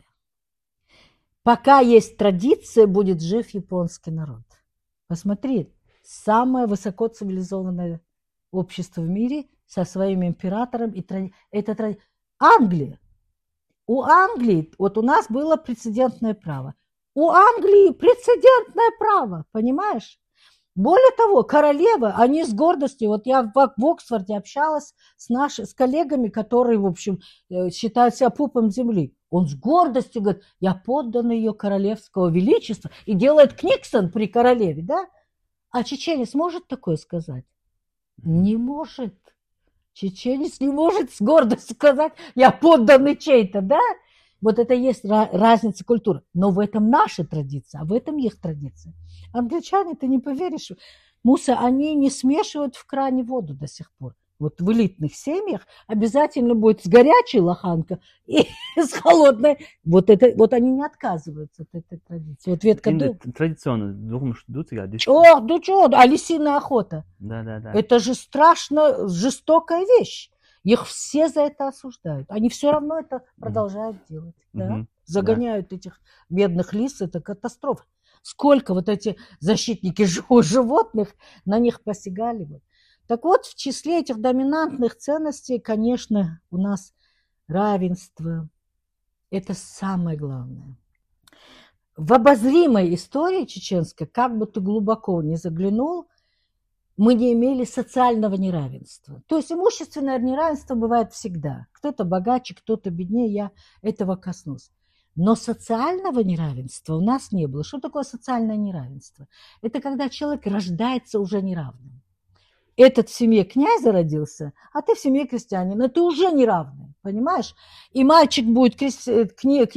Пока есть традиция, будет жив японский народ. Посмотри, самое высокоцивилизованное общество в мире со своим императором. Это Англия. У Англии, вот у нас было прецедентное право. У Англии прецедентное право, понимаешь? Более того, королева, они с гордостью, вот я в Оксфорде общалась с коллегами, которые, в общем, считают себя пупом земли. Он с гордостью говорит, я подданный ее королевского величества, и делает книксон при королеве, да? А чеченец может такое сказать? Не может. Чеченец не может с гордостью сказать, я подданный чей-то, да? Вот это есть разница культуры. Но в этом наша традиция, а в этом их традиция. Англичане, ты не поверишь, Муса, они не смешивают в кране воду до сих пор. Вот в элитных семьях обязательно будет с горячей лоханка и с холодной. Вот они не отказываются от этой традиции. Вот ветка традиционно, думаю, что дуция. А лисиная охота? Да. Это же страшно жестокая вещь. Их все за это осуждают. Они все равно это продолжают делать. Да? Загоняют этих бедных лис. Это катастрофа. Сколько вот эти защитники животных на них посягали. Так вот, в числе этих доминантных ценностей, конечно, у нас равенство. Это самое главное. В обозримой истории чеченской, как бы ты глубоко ни заглянул, мы не имели социального неравенства. То есть имущественное неравенство бывает всегда. Кто-то богаче, кто-то беднее, я этого коснусь. Но социального неравенства у нас не было. Что такое социальное неравенство? Это когда человек рождается уже неравным. Этот в семье князя родился, а ты в семье крестьянина. Ты уже неравный, понимаешь? И мальчик будет, сын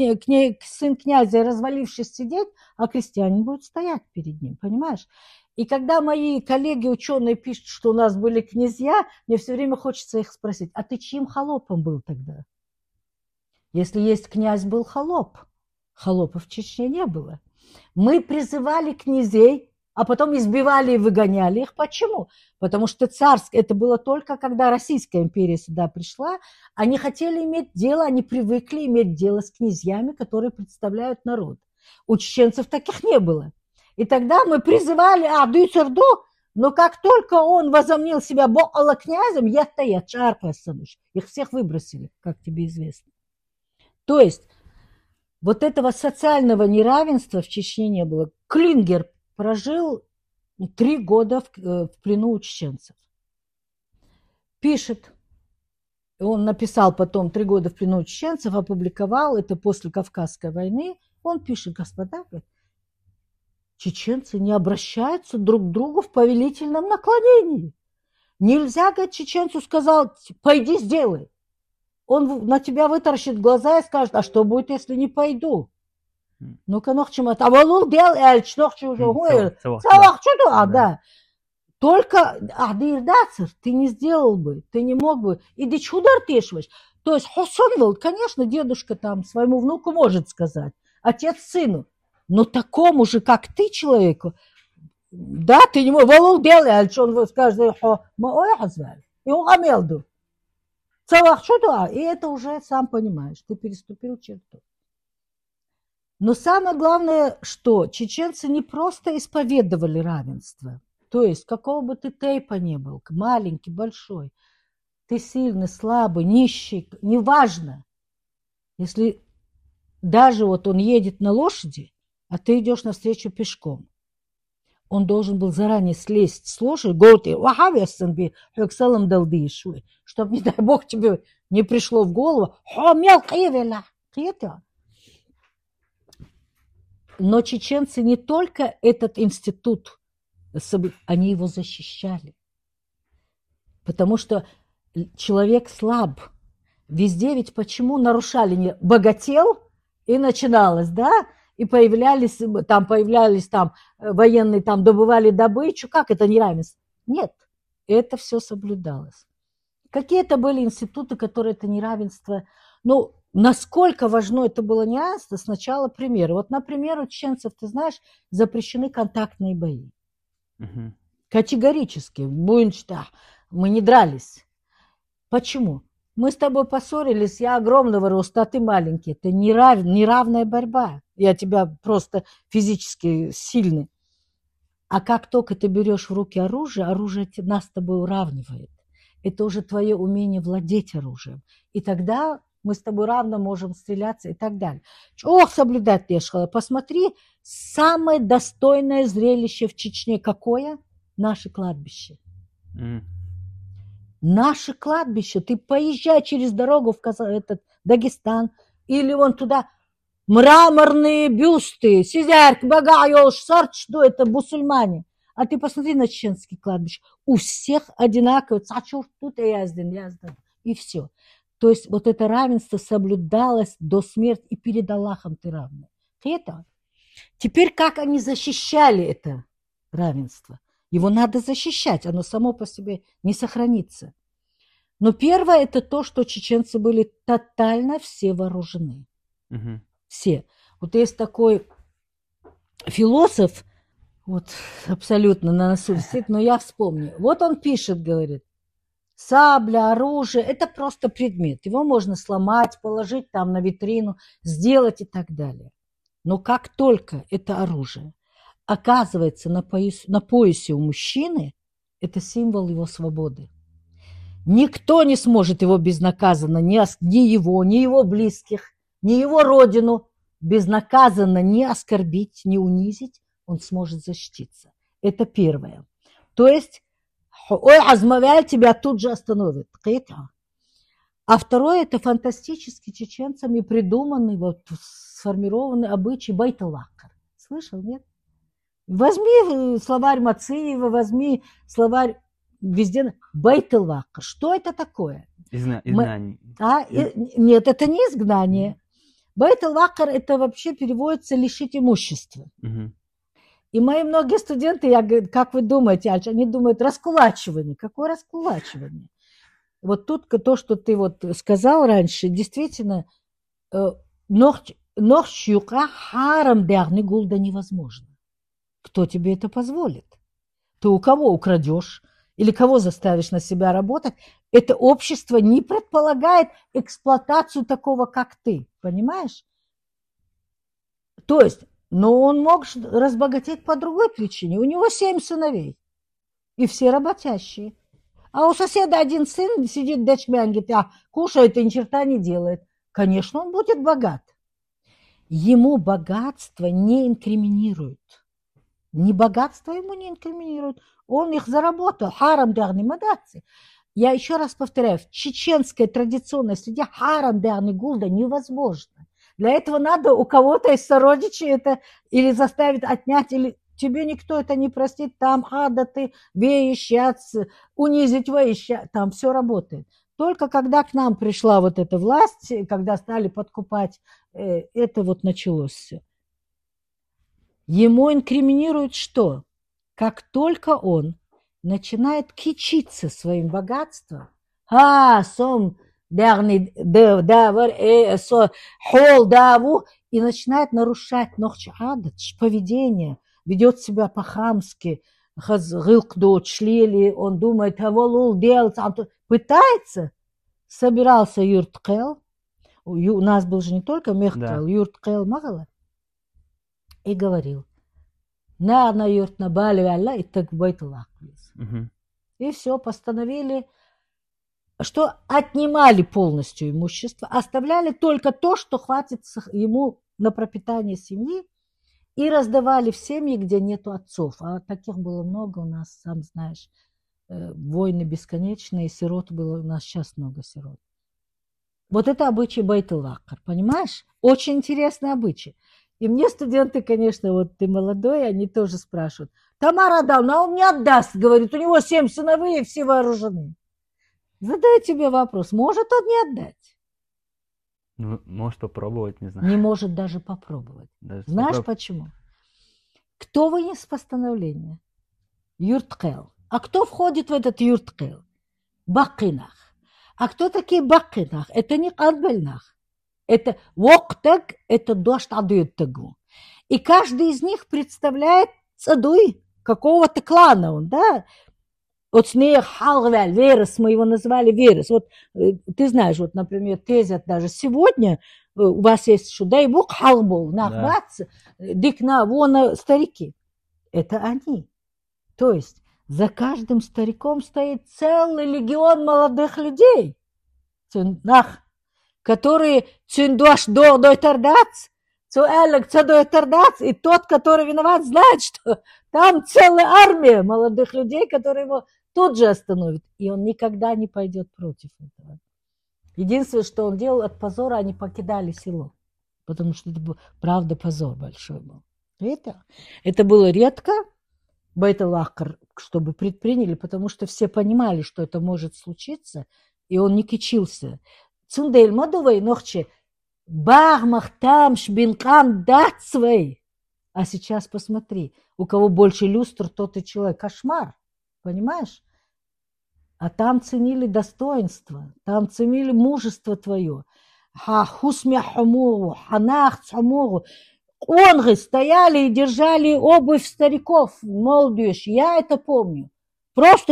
князя, развалившись, сидеть, а крестьянин будет стоять перед ним, понимаешь? И когда мои коллеги-ученые пишут, что у нас были князья, мне все время хочется их спросить, а ты чьим холопом был тогда? Если есть князь, был холоп. Холопов в Чечне не было. Мы призывали князей, а потом избивали и выгоняли их. Почему? Потому что царское, это было только когда Российская империя сюда пришла, они хотели иметь дело, они привыкли иметь дело с князьями, которые представляют народ. У чеченцев таких не было. И тогда мы призывали Дюйцерду, но как только он возомнил себя Боала князем, я Чарка Сануш. Их всех выбросили, как тебе известно. То есть вот этого социального неравенства в Чечне не было. Клингер прожил 3 года в плену у чеченцев. Пишет, он написал потом 3 года в плену у чеченцев, опубликовал, это после Кавказской войны. Он пишет, господа, чеченцы не обращаются друг к другу в повелительном наклонении. Нельзя, говорит, чеченцу сказал, пойди сделай. Он на тебя вытаращит глаза и скажет, а что будет, если не пойду? Ну-ка, да. Только ты не сделал бы, ты не мог бы. И чудар тешиваешь. То есть, конечно, дедушка там своему внуку может сказать, отец сыну. Но такому же, как ты, человеку, да, ты не можешь, волол делай, что он скажет, что ой, хазвали, и он амелду. Целах что-то, и это уже сам понимаешь, ты переступил черту. Но самое главное, что чеченцы не просто исповедовали равенство, то есть какого бы ты тейпа ни был, маленький, большой, ты сильный, слабый, нищий, неважно. Если даже вот он едет на лошади, а ты идешь навстречу пешком, он должен был заранее слезть с лошади, чтобы, не дай бог, тебе не пришло в голову, но чеченцы не только этот институт, они его защищали. Потому что человек слаб. Везде ведь почему нарушали? Не богател, и начиналось, да? И появлялись там военные, там добывали добычу. Как это неравенство? Нет, это все соблюдалось. Какие-то были институты, которые это неравенство... Ну, насколько важно это было неравенство, сначала примеры. Вот, например, у чеченцев, ты знаешь, запрещены контактные бои. Мгм. Категорически. Мы не дрались. Почему? Мы с тобой поссорились, я огромного роста, а ты маленький. Это неравная борьба. Я тебя просто физически сильный. А как только ты берешь в руки оружие, оружие нас с тобой уравнивает. Это уже твое умение владеть оружием. И тогда мы с тобой равно можем стреляться и так далее. Ох, соблюдать Лешхала. Посмотри, самое достойное зрелище в Чечне какое? Наше кладбище. М. Наше кладбище. Ты поезжай через дорогу в Дагестан или вон туда. Мраморные бюсты, Сизярк, Багайош, Сарт, что это, мусульмане. А ты посмотри на чеченские кладбища. У всех одинаково. Тут язден. И все. То есть вот это равенство соблюдалось до смерти, и перед Аллахом ты равный. Это. Теперь как они защищали это равенство? Его надо защищать, оно само по себе не сохранится. Но первое это то, что чеченцы были тотально все вооружены. Мгм. Все. Вот есть такой философ, вот абсолютно на носу висит, но я вспомню. Вот он пишет, говорит, сабля, оружие, это просто предмет. Его можно сломать, положить там на витрину, сделать и так далее. Но как только это оружие оказывается на поясе у мужчины, это символ его свободы. Никто не сможет его безнаказанно, ни его близких, ни его родину безнаказанно не оскорбить, не унизить, он сможет защититься. Это первое. То есть, ой, Азмавяль тебя тут же остановит. А второе, это фантастически чеченцами придуманный, вот, сформированный обычай байталакар. Слышал, нет? Возьми словарь Мациева, возьми словарь везде. Байталакар. Что это такое? Изгнание. Нет, это не изгнание. Байталакар это вообще переводится лишить имущества. Мгм. И мои многие студенты, я говорю, как вы думаете, они думают, раскулачивание. Какое раскулачивание? Вот тут то, что ты вот сказал раньше, действительно, нохчюка харам дягны гулда невозможно. Кто тебе это позволит? Ты у кого украдешь? Или кого заставишь на себя работать? Это общество не предполагает эксплуатацию такого, как ты. Понимаешь? То есть, но он мог разбогатеть по другой причине. У него 7 сыновей. И все работящие. А у соседа один сын сидит дачмян, говорит, кушает и ни черта не делает. Конечно, он будет богат. Ему богатство не инкриминируют. Ни богатство ему не инкриминируют. Он их заработал. Харам дягни мадаци. Я еще раз повторяю, в чеченской традиционной среде харам дягни гулда невозможно. Для этого надо у кого-то из сородичей это или заставить отнять, или тебе никто это не простит, там адаты, веещат, унизить веещат, там все работает. Только когда к нам пришла вот эта власть, когда стали подкупать, это вот началось все. Ему инкриминируют что? Как только он начинает кичиться своим богатством, и начинает нарушать поведение, ведет себя по-хамски, шлели, он думает, делать, пытается, собирался юрткел, у нас был же не только мехкел, юрткел махала, и говорил, на юрт на бали алла и так байтулах. И все, постановили, что отнимали полностью имущество, оставляли только то, что хватит ему на пропитание семьи, и раздавали в семьи, где нету отцов. А таких было много у нас, сам знаешь, войны бесконечные, сирот было, у нас сейчас много сирот. Вот это обычай байтул-лакар, понимаешь? Очень интересный обычай. И мне студенты, конечно, вот ты молодой, они тоже спрашивают, Тамара дал, но он не отдаст, говорит, у него 7 сыновей и все вооружены. Задаю тебе вопрос, может он не отдать? Ну, может попробовать, не знаю. Не может даже попробовать. Знаешь почему? Кто вынес постановление? Юрткел. А кто входит в этот юрткел? Бакинах. А кто такие бакинах? Это не кадбельнах. Это воктаг, это дождь адуеттагу. И каждый из них представляет цадуй какого-то клана, он, да? Вот снег халвель, верес, мы его называли верес. Вот ты знаешь, вот, например, тезят даже сегодня, у вас есть еще, дай бог, халбол, нахбац, дикна, вон старики. Это они. То есть за каждым стариком стоит целый легион молодых людей, которые цюндош до дойтердац, и тот, который виноват, знает, что там целая армия молодых людей, которые его тут же остановят. И он никогда не пойдет против этого. Единственное, что он делал от позора, они покидали село. Потому что это был, правда, позор большой был. Это было редко, байтул-лакар, чтобы предприняли, потому что все понимали, что это может случиться, и он не кичился. Цундель мадовой нохче Бах махтам шбинкам дацвей. А сейчас посмотри, у кого больше люстр, тот и человек. Кошмар, понимаешь? А там ценили достоинство, там ценили мужество твое. Хусмя хамуру, ханах хамуру. Онгры стояли и держали обувь стариков, молодежь. Я это помню. Просто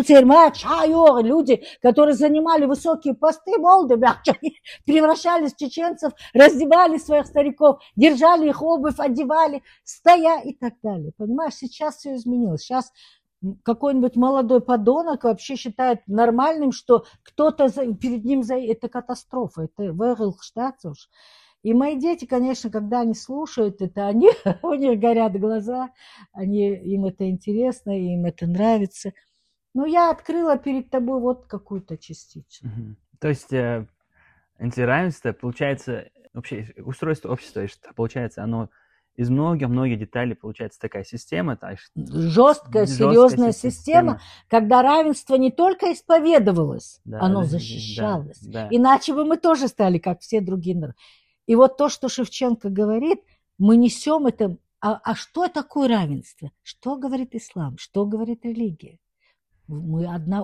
люди, которые занимали высокие посты, молодые, превращались в чеченцев, раздевали своих стариков, держали их обувь, одевали, стоя и так далее. Понимаешь, сейчас все изменилось. Сейчас какой-нибудь молодой подонок вообще считает нормальным, что кто-то перед ним... Это катастрофа, это вырыл-штацуш. И мои дети, конечно, когда они слушают это, у них горят глаза, им это интересно, им это нравится. Но я открыла перед тобой вот какую-то частичку. То есть антиравенство, получается, вообще устройство общества, получается, оно из многих деталей, получается, такая система. Жесткая, серьезная система, когда равенство не только исповедовалось, оно защищалось. Да. Иначе бы мы тоже стали, как все другие народы. И вот то, что Шевченко говорит, мы несем это. А что такое равенство? Что говорит ислам? Что говорит религия? Мы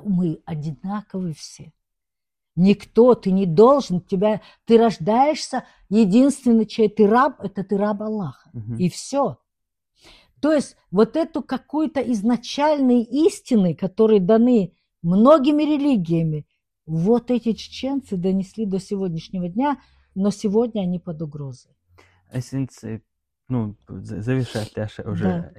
одинаковые все. Никто, ты не должен, ты рождаешься, единственный, чей ты раб, это ты раб Аллаха. И все. То есть вот эту какую-то изначальные истины, которые даны многими религиями, вот эти чеченцы донесли до сегодняшнего дня, но сегодня они под угрозой. Завершать уже.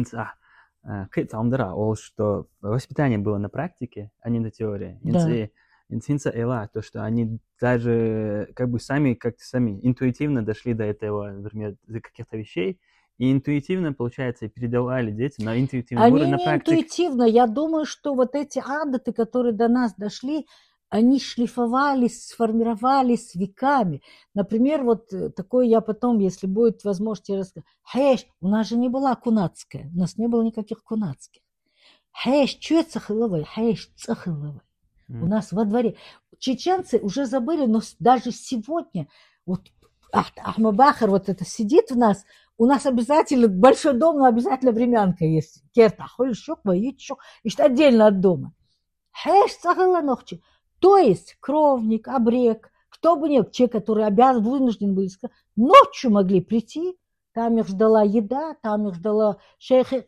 Что воспитание было на практике, а не на теории. То, что они даже сами интуитивно дошли до этого, например, до каких-то вещей, и интуитивно, получается, передавали детям на интуитивном уровне, на практике. Они не интуитивно. Я думаю, что вот эти адаты, которые до нас дошли, они шлифовались, сформировались веками. Например, вот такое я потом, если будет возможность, я расскажу. Хэш, у нас же не была кунацкая, у нас не было никаких кунацких. Хэш, чё цахыловой? Хэш, цахыловой. У нас во дворе. Чеченцы уже забыли, но даже сегодня, вот Ахмабахар вот это сидит у нас обязательно, большой дом, но обязательно времянка есть. Керта, хольшок, воичок, и что отдельно от дома. Хэш, цахыланохчи. То есть кровник, обрек, кто бы ни был, те, которые вынуждены были, ночью могли прийти, Там их ждала еда, там их ждала шейх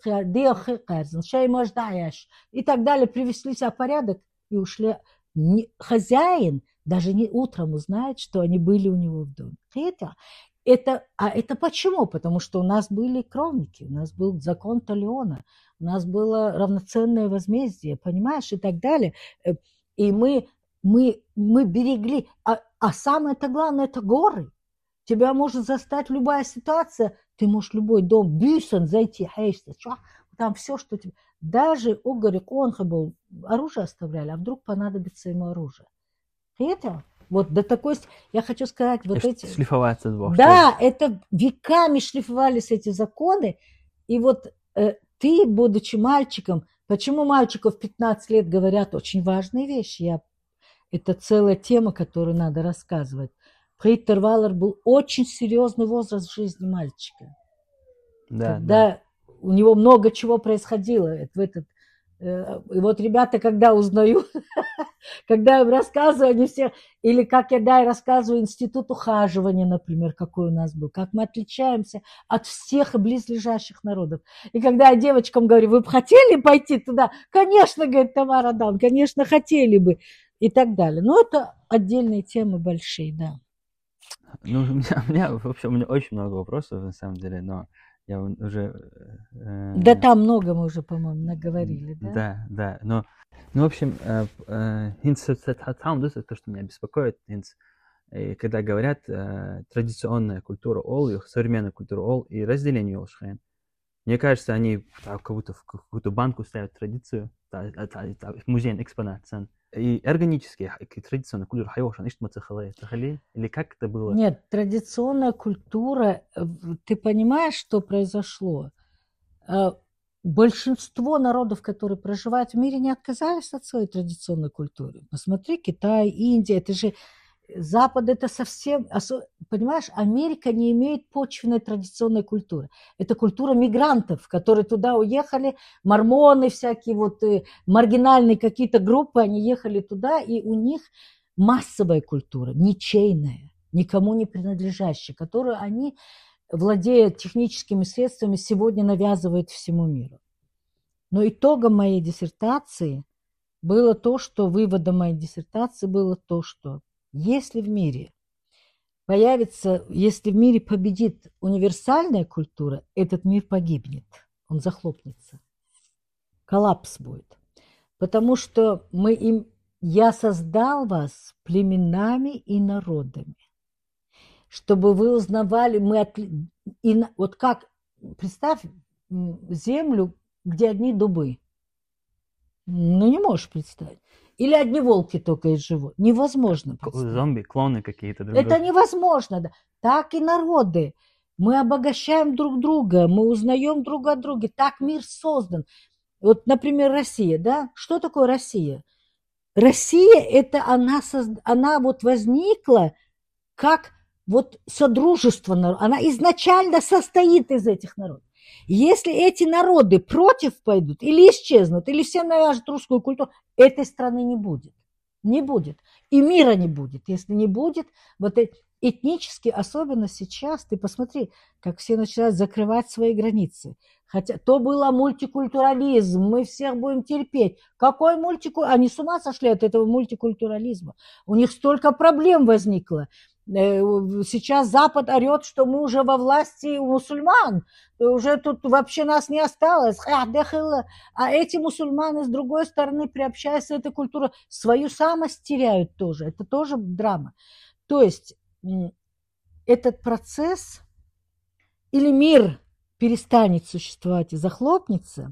и так далее. Привели себя в порядок и ушли. Хозяин даже не утром узнает, что они были у него в доме. Это почему? Потому что у нас были кровники, у нас был закон Талиона, у нас было равноценное возмездие, понимаешь, и так далее. И мы берегли. А самое-то главное – это горы. Тебя может застать любая ситуация. Ты можешь в любой дом, бюсен зайти, там все, что тебе... Даже Угорь Конхабл оружие оставляли, а вдруг понадобится ему оружие. Это вот до такой... Я хочу сказать, вот эти... Шлифоваться двух. Да, это веками шлифовались эти законы. И вот ты, будучи мальчиком... Почему мальчику в 15 лет говорят очень важные вещи? Это целая тема, которую надо рассказывать. При Валер был очень серьезный возраст в жизни мальчика. Да, когда у него много чего происходило. И вот ребята, когда узнают, когда я им рассказываю, они все... Или как я рассказываю институт ухаживания, например, какой у нас был, как мы отличаемся от всех близлежащих народов. И когда я девочкам говорю, вы бы хотели пойти туда? Конечно, говорит Тамара Дан, конечно, хотели бы. И так далее. Но это отдельные темы большие, да. Ну, у меня очень много вопросов, на самом деле, но я уже... Да там много мы уже, по-моему, наговорили, да? Да. Но, в общем, то, что меня беспокоит, когда говорят традиционная культура Ол, современная культура Ол и разделение Олшхайм. Мне кажется, они как будто в какую-то банку ставят традицию, музей экспонат. И органические традиционная культура хайошан, или как это было? Нет, традиционная культура, ты понимаешь, что произошло? Большинство народов, которые проживают в мире, не отказались от своей традиционной культуры. Посмотри, Китай, Индия, это же Запад, это совсем... Понимаешь, Америка не имеет почвенной традиционной культуры. Это культура мигрантов, которые туда уехали, мормоны всякие, вот маргинальные какие-то группы, они ехали туда, и у них массовая культура, ничейная, никому не принадлежащая, которую они, владея техническими средствами, сегодня навязывают всему миру. Но итогом моей диссертации было то, что выводом моей диссертации было то, что если в мире победит универсальная культура, этот мир погибнет, он захлопнется, коллапс будет. Потому что я создал вас племенами и народами, чтобы вы узнавали, вот как, представь землю, где одни дубы. Ну, не можешь представить. Или одни волки только и живут. Невозможно представить. Зомби, клоны какие-то. Это невозможно, да. Так и народы. Мы обогащаем друг друга, мы узнаем друг о друге. Так мир создан. Вот, например, Россия, да? Что такое Россия? Россия, это она вот возникла как вот содружество народов. Она изначально состоит из этих народов. Если эти народы против пойдут, или исчезнут, или всем навяжут русскую культуру, этой страны не будет. Не будет. И мира не будет. Если не будет вот этнически, особенно сейчас, ты посмотри, как все начинают закрывать свои границы. Хотя то было мультикультурализм, мы всех будем терпеть. Какой мультикультурализм? Они с ума сошли от этого мультикультурализма. У них столько проблем возникло. Сейчас Запад орет, что мы уже во власти у мусульман, уже тут вообще нас не осталось. А эти мусульманы, с другой стороны, приобщаясь к этой культуре, свою самость теряют тоже. Это тоже драма. То есть этот процесс или мир перестанет существовать и захлопнется,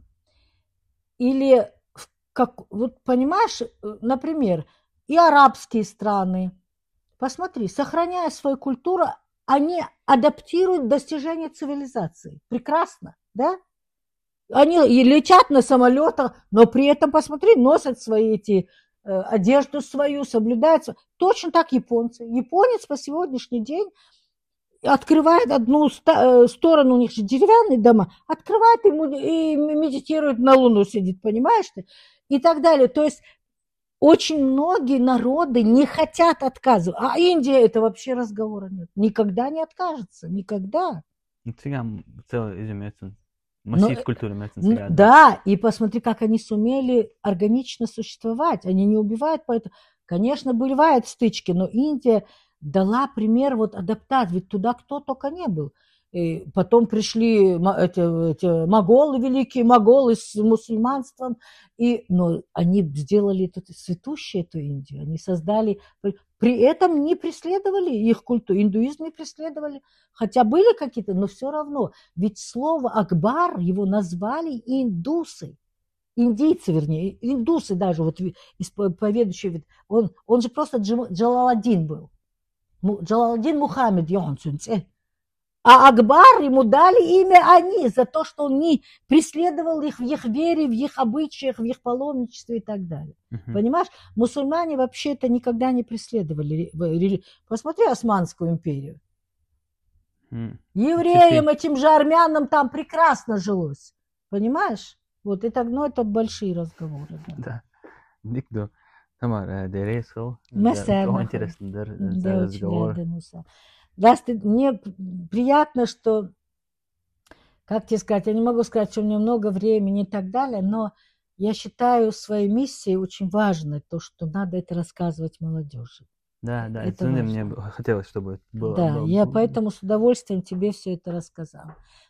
или, вот понимаешь, например, и арабские страны, посмотри, сохраняя свою культуру, они адаптируют достижения цивилизации. Прекрасно, да? Они летят на самолетах, но при этом, посмотри, носят свои одежду свою, соблюдают. Точно так японцы. Японец по сегодняшний день открывает одну сторону, у них же деревянные дома, открывает ему и медитирует, на Луну сидит, понимаешь ты? И так далее. То есть очень многие народы не хотят отказывать. А Индия, это вообще разговора нет. Никогда не откажется. Никогда. Ну, цыган целый изумятся. Но, Массив культуры цыган. да, и посмотри, как они сумели органично существовать. Они не убивают, поэтому, конечно, бывают стычки, но Индия дала пример вот адаптации. Ведь туда кто только не был. И потом пришли эти моголы, великие моголы с мусульманством, но они сделали эту цветущую эту Индию. Они создали... При этом не преследовали их культуру, индуизм не преследовали, хотя были какие-то, но все равно. Ведь слово Акбар, его назвали индусы, индийцы, вернее, индусы даже, вот исповедующие, он же просто Джалаладдин был, Джалаладдин Мухаммед Йонсун. А Акбар ему дали имя они за то, что он не преследовал их в их вере, в их обычаях, в их паломничестве и так далее. Понимаешь? Мусульмане вообще-то никогда не преследовали. Посмотри Османскую империю. Евреям, этим же армянам там прекрасно жилось. Понимаешь? Вот и так, ну, это большие разговоры. Да. Дикдо. Тамар, Дересо. Очень интересный разговор. Мне приятно, что, как тебе сказать, я не могу сказать, что у меня много времени и так далее, но я считаю своей миссией очень важной то, что надо это рассказывать молодежи. Да, это мне хотелось, чтобы это было. Да, я поэтому с удовольствием тебе все это рассказала.